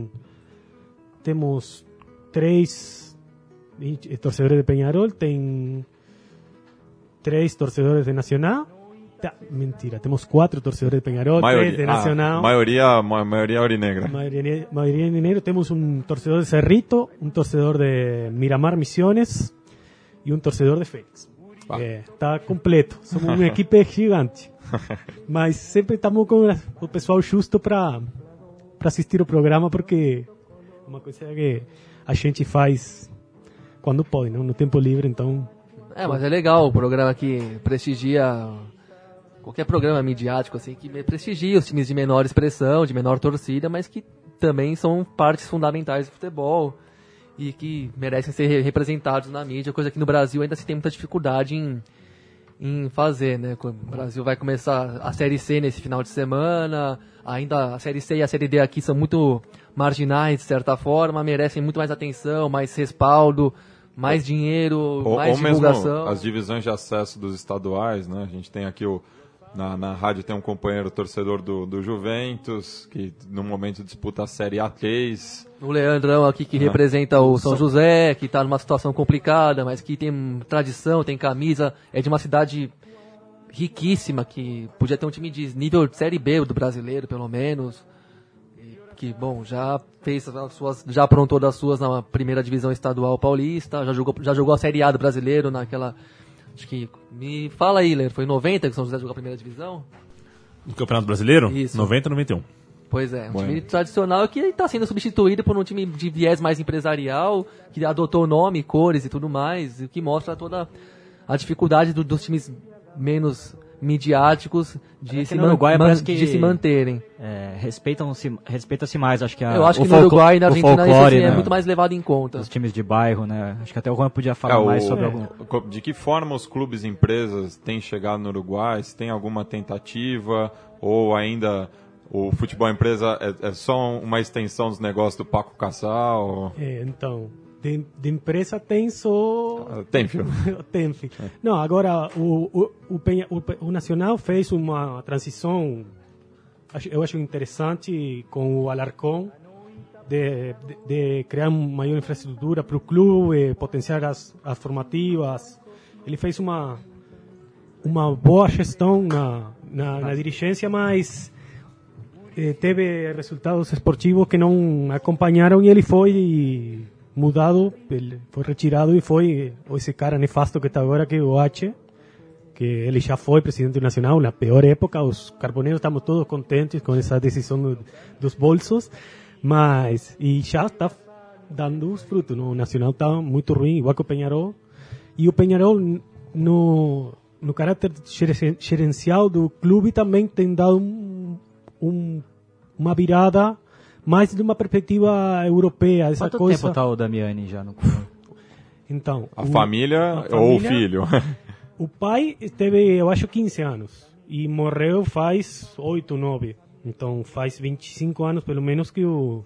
Temos 3 torcedores de Peñarol, tem 3 torcedores de Nacional. Mentira, temos 4 torcedores de Peñarol, 3 de Nacional. Maioria orinegra. Maioria orinegra. Temos um torcedor de Cerrito, um torcedor de Miramar Misiones e um torcedor de Fênix. Está completo. Somos uma equipe gigante. Mas sempre estamos com o pessoal justo para assistir o programa, porque é uma coisa que a gente faz quando pode, não? No tempo livre, então... Mas é legal o programa que prestigia qualquer programa midiático assim, que prestigia os times de menor expressão, de menor torcida, mas que também são partes fundamentais do futebol e que merecem ser representados na mídia, coisa que no Brasil ainda se tem muita dificuldade em fazer, né? O Brasil vai começar a Série C nesse final de semana, ainda a Série C e a Série D aqui são muito marginais, de certa forma, merecem muito mais atenção, mais respaldo, mais dinheiro, mais divulgação. Mesmo as divisões de acesso dos estaduais, né? A gente tem aqui na rádio tem um companheiro torcedor do Juventus, que no momento disputa a Série A3. O Leandrão aqui que representa o São José, que está numa situação complicada, mas que tem tradição, tem camisa, é de uma cidade riquíssima, que podia ter um time de nível de Série B do brasileiro, pelo menos. Que, bom, já aprontou das suas na primeira divisão estadual paulista, já jogou a Série A do brasileiro naquela... Acho que... Me fala aí, Ler, foi em 90 que o São José jogou a primeira divisão? No Campeonato Brasileiro? Isso. 90 e 91. Pois é, um time tradicional que está sendo substituído por um time de viés mais empresarial, que adotou nome, cores e tudo mais, o que mostra toda a dificuldade dos times menos midiáticos de, Aqui no Uruguai parece que- de se manterem. Respeita-se mais, acho que Eu acho que o no Uruguai e na o Argentina isso folclore, assim, é né? muito mais levado em conta. Os times de bairro, né? Acho que até o Juan podia falar mais sobre algum... De que forma os clubes e empresas têm chegado no Uruguai? Se tem alguma tentativa ou ainda o futebol empresa é só uma extensão dos negócios do Paco Casal? Então, de empresa tem só... Tem, filho. Tem, filho. Não, agora o Nacional fez uma transição, eu acho interessante, com o Alarcón, de criar uma maior infraestrutura para o clube, potenciar as formativas. Ele fez uma boa gestão na dirigência, mas teve resultados esportivos que não acompanharam e ele foi mudado, ele foi retirado e foi esse cara nefasto que está agora, que é o H, que ele já foi presidente nacional na pior época. Os carboneiros estamos todos contentes com essa decisão dos bolsos, mas e já está dando os frutos. O Nacional está muito ruim, igual que o Peñarol, e o Peñarol no caráter gerencial do clube também tem dado uma virada mais de uma perspectiva europeia. Essa Quanto coisa... tempo está o Damiani já no clube? Então, A família ou o filho? O pai teve, eu acho, 15 anos e morreu faz 8, 9. Então faz 25 anos pelo menos que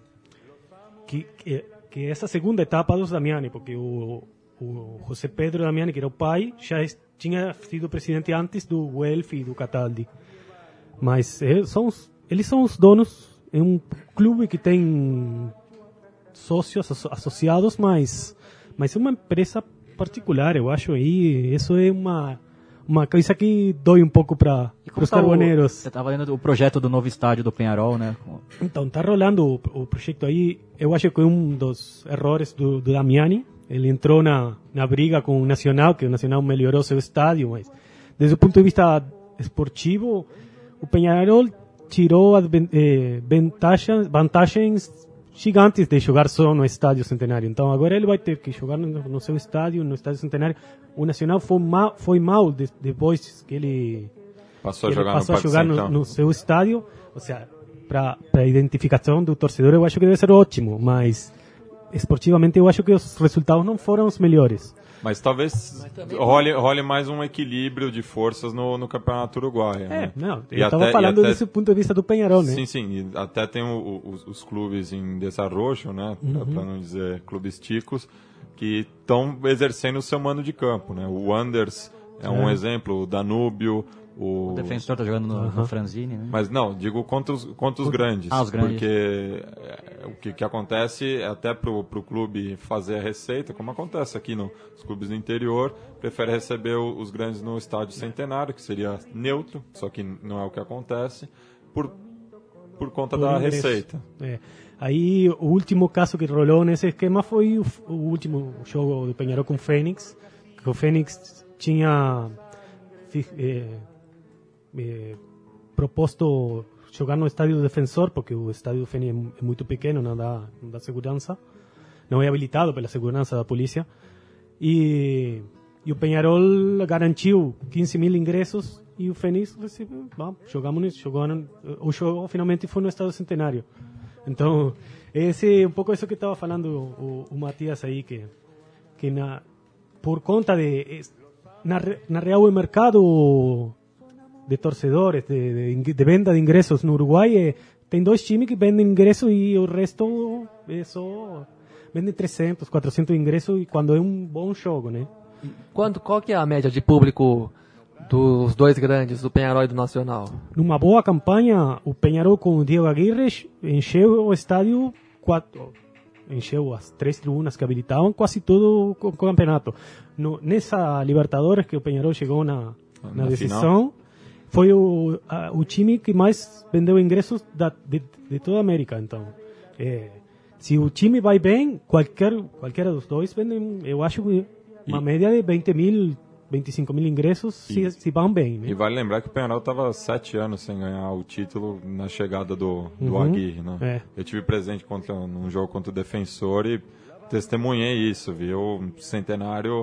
essa segunda etapa dos Damiani, porque o José Pedro Damiani, que era o pai, já tinha sido presidente antes do Guelph e do Cataldi. Mas eles são os donos. É um clube que tem sócios associados, mas é uma empresa particular, eu acho. E isso é uma coisa que dói um pouco para os carboneiros. Você estava lendo o projeto do novo estádio do Peñarol, né? Então, está rolando o projeto aí. Eu acho que é um dos erros do Damiani. Ele entrou na briga com o Nacional, que o Nacional melhorou seu estádio, mas desde o ponto de vista esportivo, o Peñarol tirou as vantagens gigantes de jogar só no Estádio Centenário. Então agora ele vai ter que jogar no seu estádio, no Estádio Centenário. O Nacional foi mal depois que ele Passou a jogar no seu estádio. Ou seja, para a identificação do torcedor eu acho que deve ser ótimo, mas esportivamente eu acho que os resultados não foram os melhores. Mas talvez role mais um equilíbrio de forças no Campeonato Uruguaio. Né? Não, eu estava falando desse ponto de vista do Peñarol, né? Sim, e até tem os clubes em desarrollo, né? Para não dizer clubes ticos, que estão exercendo o seu mando de campo, né? O Wanderers é um exemplo, o Danúbio, o Defensor está jogando no Franzini, né? Mas não, digo contra os grandes. Os grandes. Porque o que acontece, até pro clube fazer a receita, como acontece aqui nos clubes do interior, prefere receber os grandes no Estádio Centenário, que seria neutro, só que não é o que acontece, por conta da receita. Aí o último caso que rolou nesse esquema foi o último jogo do Peñarol com o Fênix, que o Fênix tinha proposto jogar no Estádio Defensor, porque o Estádio do Fênix é muito pequeno, não dá segurança, não é habilitado pela segurança da polícia, e o Peñarol garantiu 15.000 ingressos e o Fênix recebeu, o jogo finalmente foi no Estádio Centenário. Então, um pouco isso que estava falando o Matias aí, que por conta de na real mercado de torcedores, de venda de ingressos no Uruguai, tem 2 times que vendem ingressos e o resto vende 300, 400 ingressos e quando é um bom jogo, né? Qual que é a média de público dos 2 grandes, do Peñarol e do Nacional? Numa boa campanha, o Peñarol com o Diego Aguirre encheu o estádio encheu as 3 tribunas que habilitavam quase todo o campeonato. Nessa Libertadores que o Peñarol chegou na decisão, foi o time que mais vendeu ingressos de toda a América. Então, se o time vai bem, qualquer dos 2 vendem, eu acho, uma média de 20.000, 25.000 ingressos se vão bem. Né? E vale lembrar que o Peñarol estava 7 anos sem ganhar o título na chegada do Aguirre. Né? Eu tive presente num jogo contra o Defensor e testemunhei isso, viu? O Centenário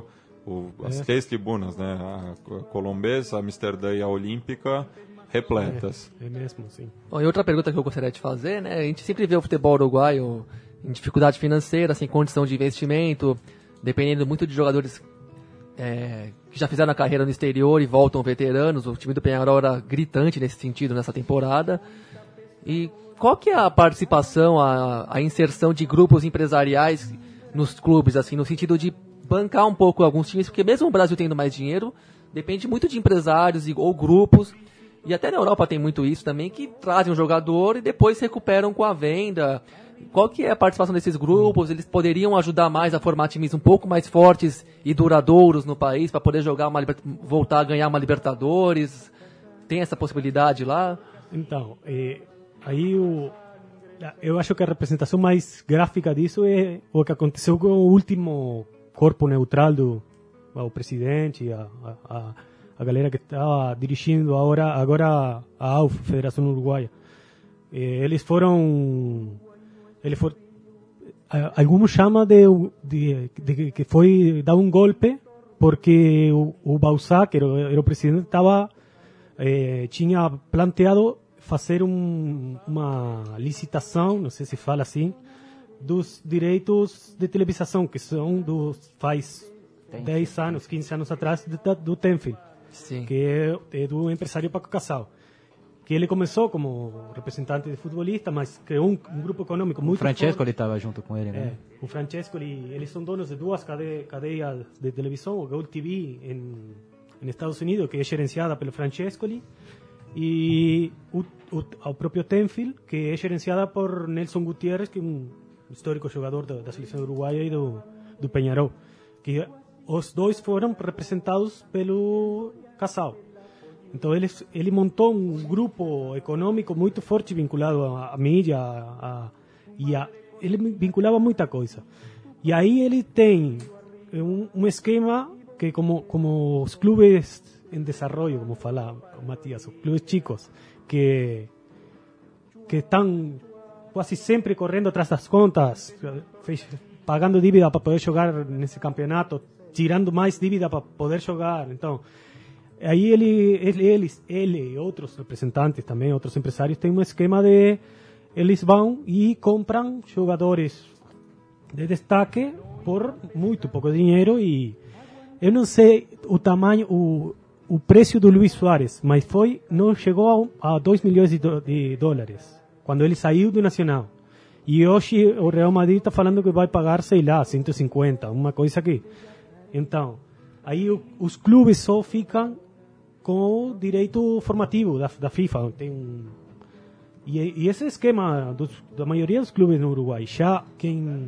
as 3 tribunas, né? A Colombesa, a Amsterdã e a Olímpica, repletas. É mesmo, sim. Bom, e outra pergunta que eu gostaria de fazer, né? A gente sempre vê o futebol uruguaio em dificuldade financeira, sem condição de investimento, dependendo muito de jogadores que já fizeram a carreira no exterior e voltam veteranos. O time do Peñarol era gritante nesse sentido nessa temporada. E qual que é a participação, a inserção de grupos empresariais nos clubes, assim, no sentido de bancar um pouco alguns times, porque mesmo o Brasil tendo mais dinheiro, depende muito de empresários ou grupos, e até na Europa tem muito isso também, que trazem um jogador e depois se recuperam com a venda. Qual que é a participação desses grupos? Eles poderiam ajudar mais a formar times um pouco mais fortes e duradouros no país, para poder jogar voltar a ganhar uma Libertadores? Tem essa possibilidade lá? Então, aí eu acho que a representação mais gráfica disso é o que aconteceu com o último corpo neutral do presidente, a galera que estava dirigindo agora a AUF, Federação Uruguaia. Eles foram alguns chamam de que foi dar um golpe porque o Bauzá, que era o presidente, tinha planteado fazer uma licitação, não sei se fala assim, dos direitos de televisão, que são faz 10 anos, 15 anos atrás, do Tenfield, Sim. que é do empresário Paco Casal. Que ele começou como representante de futebolista, mas criou um grupo econômico muito forte. O Francesco ele estava junto com ele, né? O Francesco, eles são donos de 2 cadeias de televisão, o Gold TV em Estados Unidos, que é gerenciada pelo Francesco, e o próprio Tenfield, que é gerenciada por Nelson Gutiérrez, que é um histórico jogador da seleção uruguaia e do Peñarol. Que os dois foram representados pelo Casal. Então ele montou um grupo econômico muito forte vinculado à mídia, ele vinculava muita coisa. E aí ele tem um esquema que como os clubes em desenvolvimento, como fala o Matias, os clubes chicos, que estão quase sempre correndo atrás das contas, pagando dívida para poder jogar nesse campeonato, tirando mais dívida para poder jogar. Então, aí ele e outros representantes também, outros empresários, têm um esquema de eles vão e compram jogadores de destaque por muito pouco dinheiro, e eu não sei o tamanho, o preço do Luis Suárez, mas não chegou a 2 milhões de dólares quando ele saiu do Nacional. E hoje o Real Madrid está falando que vai pagar, sei lá, 150, uma coisa aqui. Então, aí os clubes só ficam com o direito formativo da FIFA. E esse esquema da maioria dos clubes no Uruguai, já quem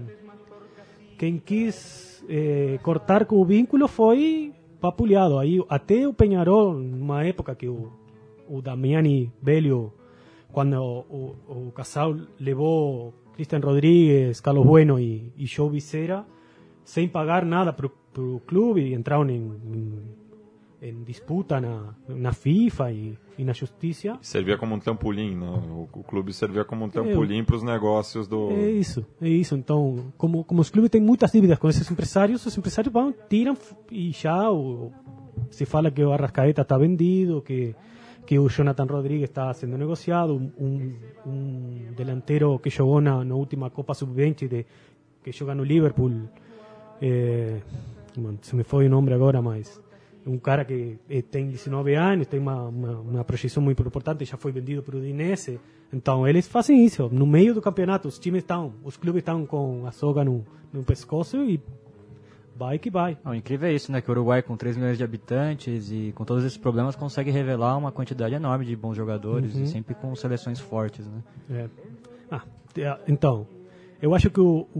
quis cortar com o vínculo foi papuleado. Aí até o Peñarol, numa época que o Damiani Velho, quando o Casal levou Cristian Rodrigues, Carlos Bueno e Joe Vicera, sem pagar nada para o clube, e entraram em disputa na FIFA e na justiça. Servia como um trampolim, né? O clube servia como um trampolim para os negócios do... É isso. Então, como os clubes têm muitas dívidas com esses empresários, os empresários vão, tiram, e já se fala que o Arrascaeta está vendido, que o Jonathan Rodrigues está sendo negociado, um delantero que jogou na última Copa Sub-20, que joga no Liverpool, se me foi o nome agora, mas um cara que tem 19 anos, tem uma projeção muito importante, já foi vendido para o Udinese. Então eles fazem isso no meio do campeonato. Os clubes estão com a soga no pescoço e vai que vai. O incrível é isso, né? Que o Uruguai, com 3 milhões de habitantes e com todos esses problemas, consegue revelar uma quantidade enorme de bons jogadores, e sempre com seleções fortes, né? Então, eu acho que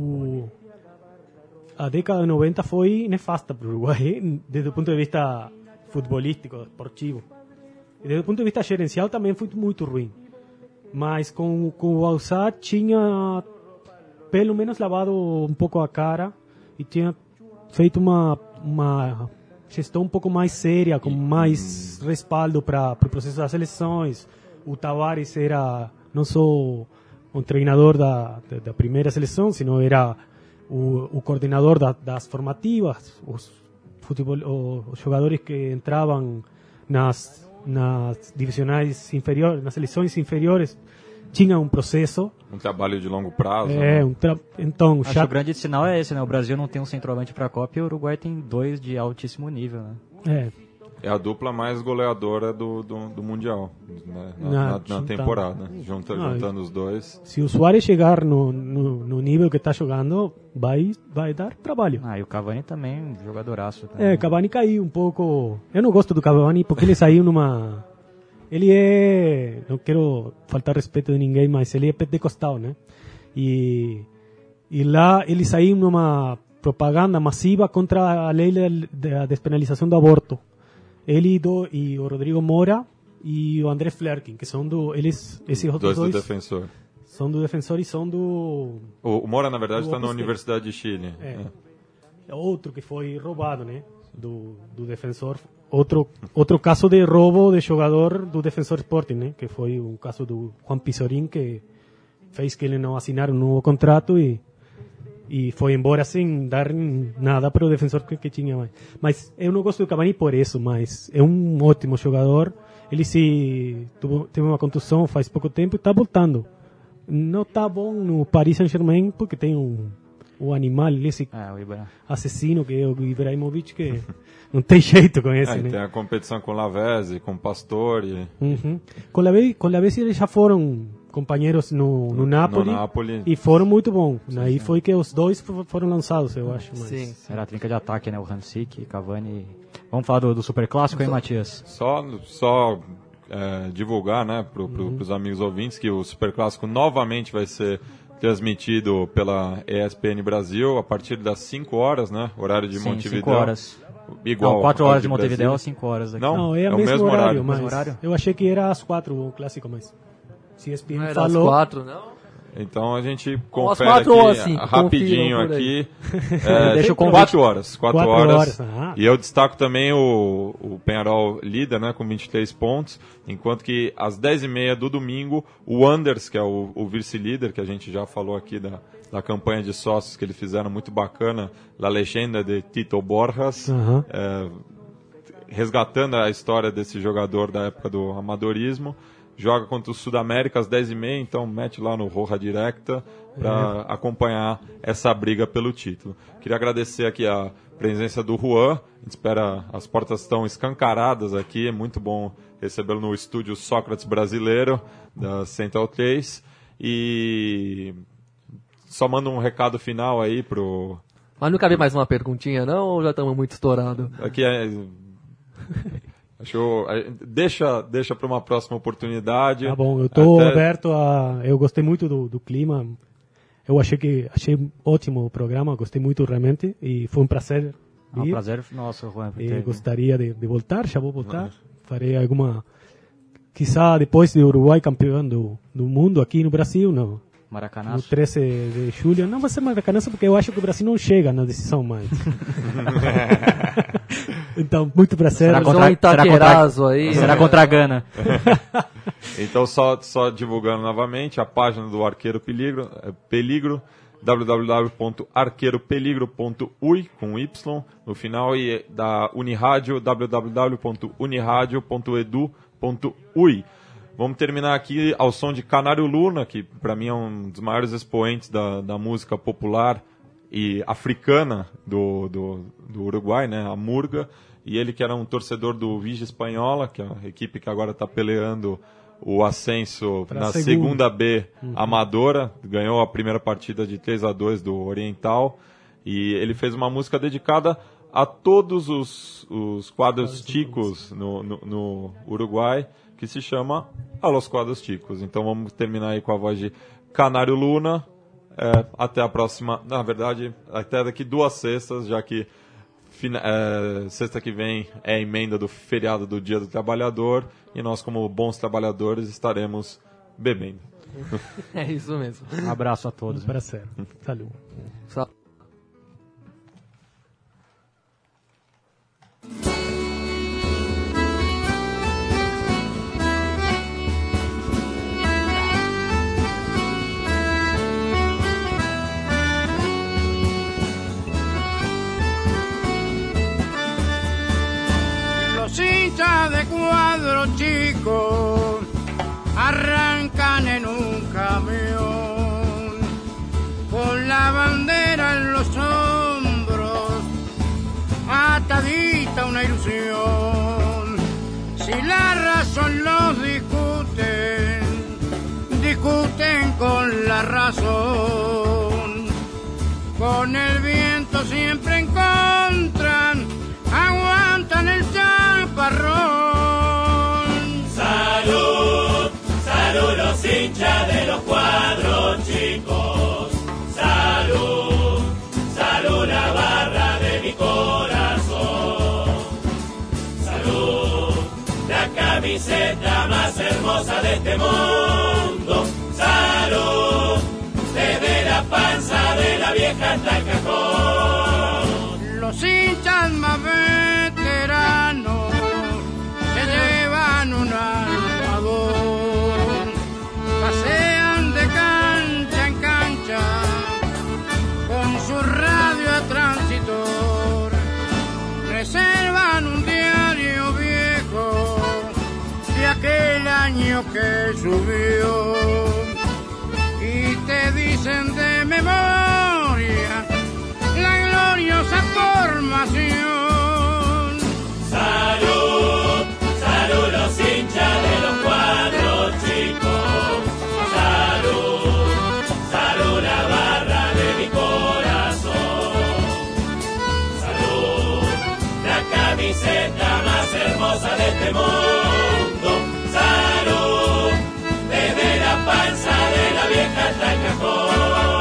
a década de 90 foi nefasta para o Uruguai, desde o ponto de vista futebolístico, esportivo. E desde o ponto de vista gerencial também foi muito ruim. Mas com o Bauzá tinha pelo menos lavado um pouco a cara e tinha feito uma gestão um pouco mais séria, com mais respaldo para o processo das seleções. O Tavares era não só um treinador da primeira seleção, sino era o coordenador das formativas, os jogadores que entravam nas divisionais inferiores, nas seleções inferiores, tinha um processo. Um trabalho de longo prazo. Né? Então, Acho que o grande sinal é esse, né? O Brasil não tem um centroavante para a Copa e o Uruguai tem 2 de altíssimo nível, né? É a dupla mais goleadora do Mundial, né? na temporada. Juntando os dois. Se o Suárez chegar no nível que está jogando, vai dar trabalho. E o Cavani também, jogadoraço. Também. Cavani caiu um pouco. Eu não gosto do Cavani porque ele saiu numa... não quero faltar respeito de ninguém, mas ele é pentecostal, né? E lá ele saiu numa propaganda massiva contra a lei da despenalização do aborto. Ele e o Rodrigo Mora e o André Flerkin, que são esses outros dois do Defensor. São do Defensor e são do... O Mora, na verdade, está na Universidade de Chile. É outro que foi roubado, né? Do Defensor. Outro caso de roubo de jogador do Defensor Sporting, né? Que foi um caso do Juan Pizorín, que fez que ele não assinasse um novo contrato e foi embora sem dar nada para o Defensor que tinha mais. Mas eu não gosto do Cavani por isso, mas é um ótimo jogador. Ele teve uma contusão faz pouco tempo e está voltando. Não está bom no Paris Saint-Germain porque tem o animal, esse assassino que é o Ibrahimovic, que não tem jeito com esse, né? Tem a competição com o Lavezzi, com o Pastore. Com o Lavezzi eles já foram companheiros no Napoli e foram muito bons. Aí foi que os dois foram lançados, eu acho. Mas... Sim. Era a trinca de ataque, né? O Hansik, Cavani. Vamos falar do Superclássico, hein, Matias? Só divulgar, né, para os amigos ouvintes que o Superclássico novamente vai ser transmitido pela ESPN Brasil a partir das 5 horas, né? Horário de Montevidéu. 5 horas. Igual. 4 horas de Montevidéu às 5 horas aqui. Não, é o mesmo horário, mas eu achei que era às 4 o clássico, mas se ESPN não era falou... às 4, não? Então a gente confere aqui, rapidinho aqui. Deixa o 4 horas. 4 horas. Ah. E eu destaco também o Peñarol líder, né, com 23 pontos, enquanto que às 10h30 do domingo, o Anders, que é o vice-líder, que a gente já falou aqui da campanha de sócios que eles fizeram, muito bacana, La Legenda de Tito Borjas, resgatando a história desse jogador da época do amadorismo. Joga contra o Sudamérica às 10h30, então mete lá no Roja Directa para acompanhar essa briga pelo título. Queria agradecer aqui a presença do Juan, a gente espera, as portas estão escancaradas aqui, é muito bom recebê-lo no estúdio Sócrates Brasileiro, da Central 3, e só manda um recado final aí pro... Mas não cabe mais uma perguntinha não, ou já estamos muito estourados? Aqui deixa para uma próxima oportunidade. Tá bom, eu estou aberto a... Eu gostei muito do clima. Eu achei ótimo o programa, gostei muito realmente e foi um prazer vir. Um prazer nosso, Juan. Gostaria de voltar, já vou voltar. Farei alguma... Quizá depois do Uruguai campeão do mundo aqui no Brasil, não. Maracanazo. No 13 de julho. Não vai ser Maracanazo porque eu acho que o Brasil não chega na decisão mais. Então, muito prazer. Será contra a Gana. Então, só divulgando novamente a página do Arqueiro Peligro, www.arqueiropeligro.ui, com Y no final, e da Unirádio, www.unirádio.edu.ui. Vamos terminar aqui ao som de Canário Luna, que para mim é um dos maiores expoentes da música popular e africana do Uruguai, né? A Murga. E ele que era um torcedor do Vigia Espanhola, que é a equipe que agora está peleando o ascenso na segunda B amadora. Ganhou a primeira partida de 3-2 do Oriental. E ele fez uma música dedicada a todos os quadros ticos no Uruguai, que se chama A los Quadros Ticos. Então vamos terminar aí com a voz de Canário Luna. Até a próxima, na verdade, até daqui 2 sextas, já que sexta que vem é a emenda do feriado do Dia do Trabalhador e nós, como bons trabalhadores, estaremos bebendo. É isso mesmo. Um abraço a todos. Um prazer. Salud. corazón. Con el viento siempre en contra, aguantan el chaparrón. Salud, salud los hinchas de los cuadros chicos. Salud, salud la barra de mi corazón. Salud, la camiseta más hermosa de este mundo. Salud, desde la panza de la vieja hasta el cajón. Los hinchas más veteranos se llevan un almohadón, pasean de cancha en cancha con su radio a transitor, reservan un diario viejo de aquel año que subió y te dicen de memoria la gloriosa formación. Salud, salud los hinchas de los cuadros chicos. Salud, salud la barra de mi corazón. Salud, la camiseta más hermosa de este mundo. Salud, desde la panza de la vieja hasta el cajón.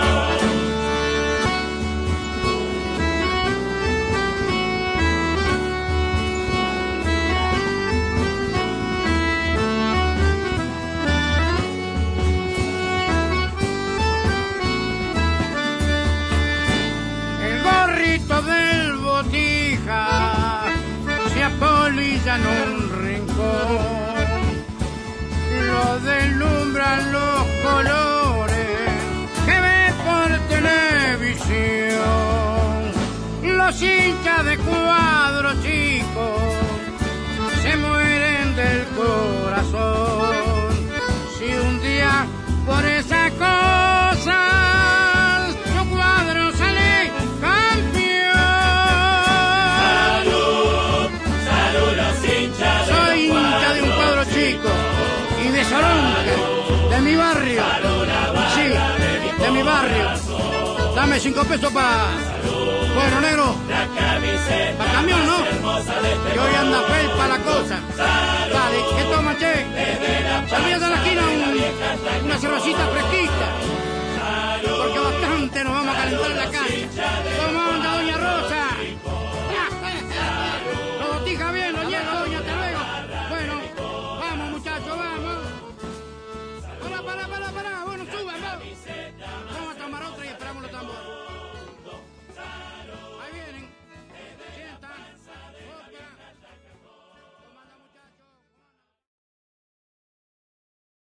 Del Botija se apolillan un rincón, lo deslumbran los colores que ve por televisión. Los hinchas de cuadros chicos se mueren del corazón si un día por esa cosa su cuadro sale Soy hincha de un cuadro chico y de Soronca, de mi barrio. Sí, de mi barrio. Dame 5 pesos para cuero negro. Para camión, ¿no? Que hoy anda felpa la cosa. Dale, ¿qué toma, che? Salía de la esquina una cervecita fresquita. Porque bastante nos vamos a calentar en la calle.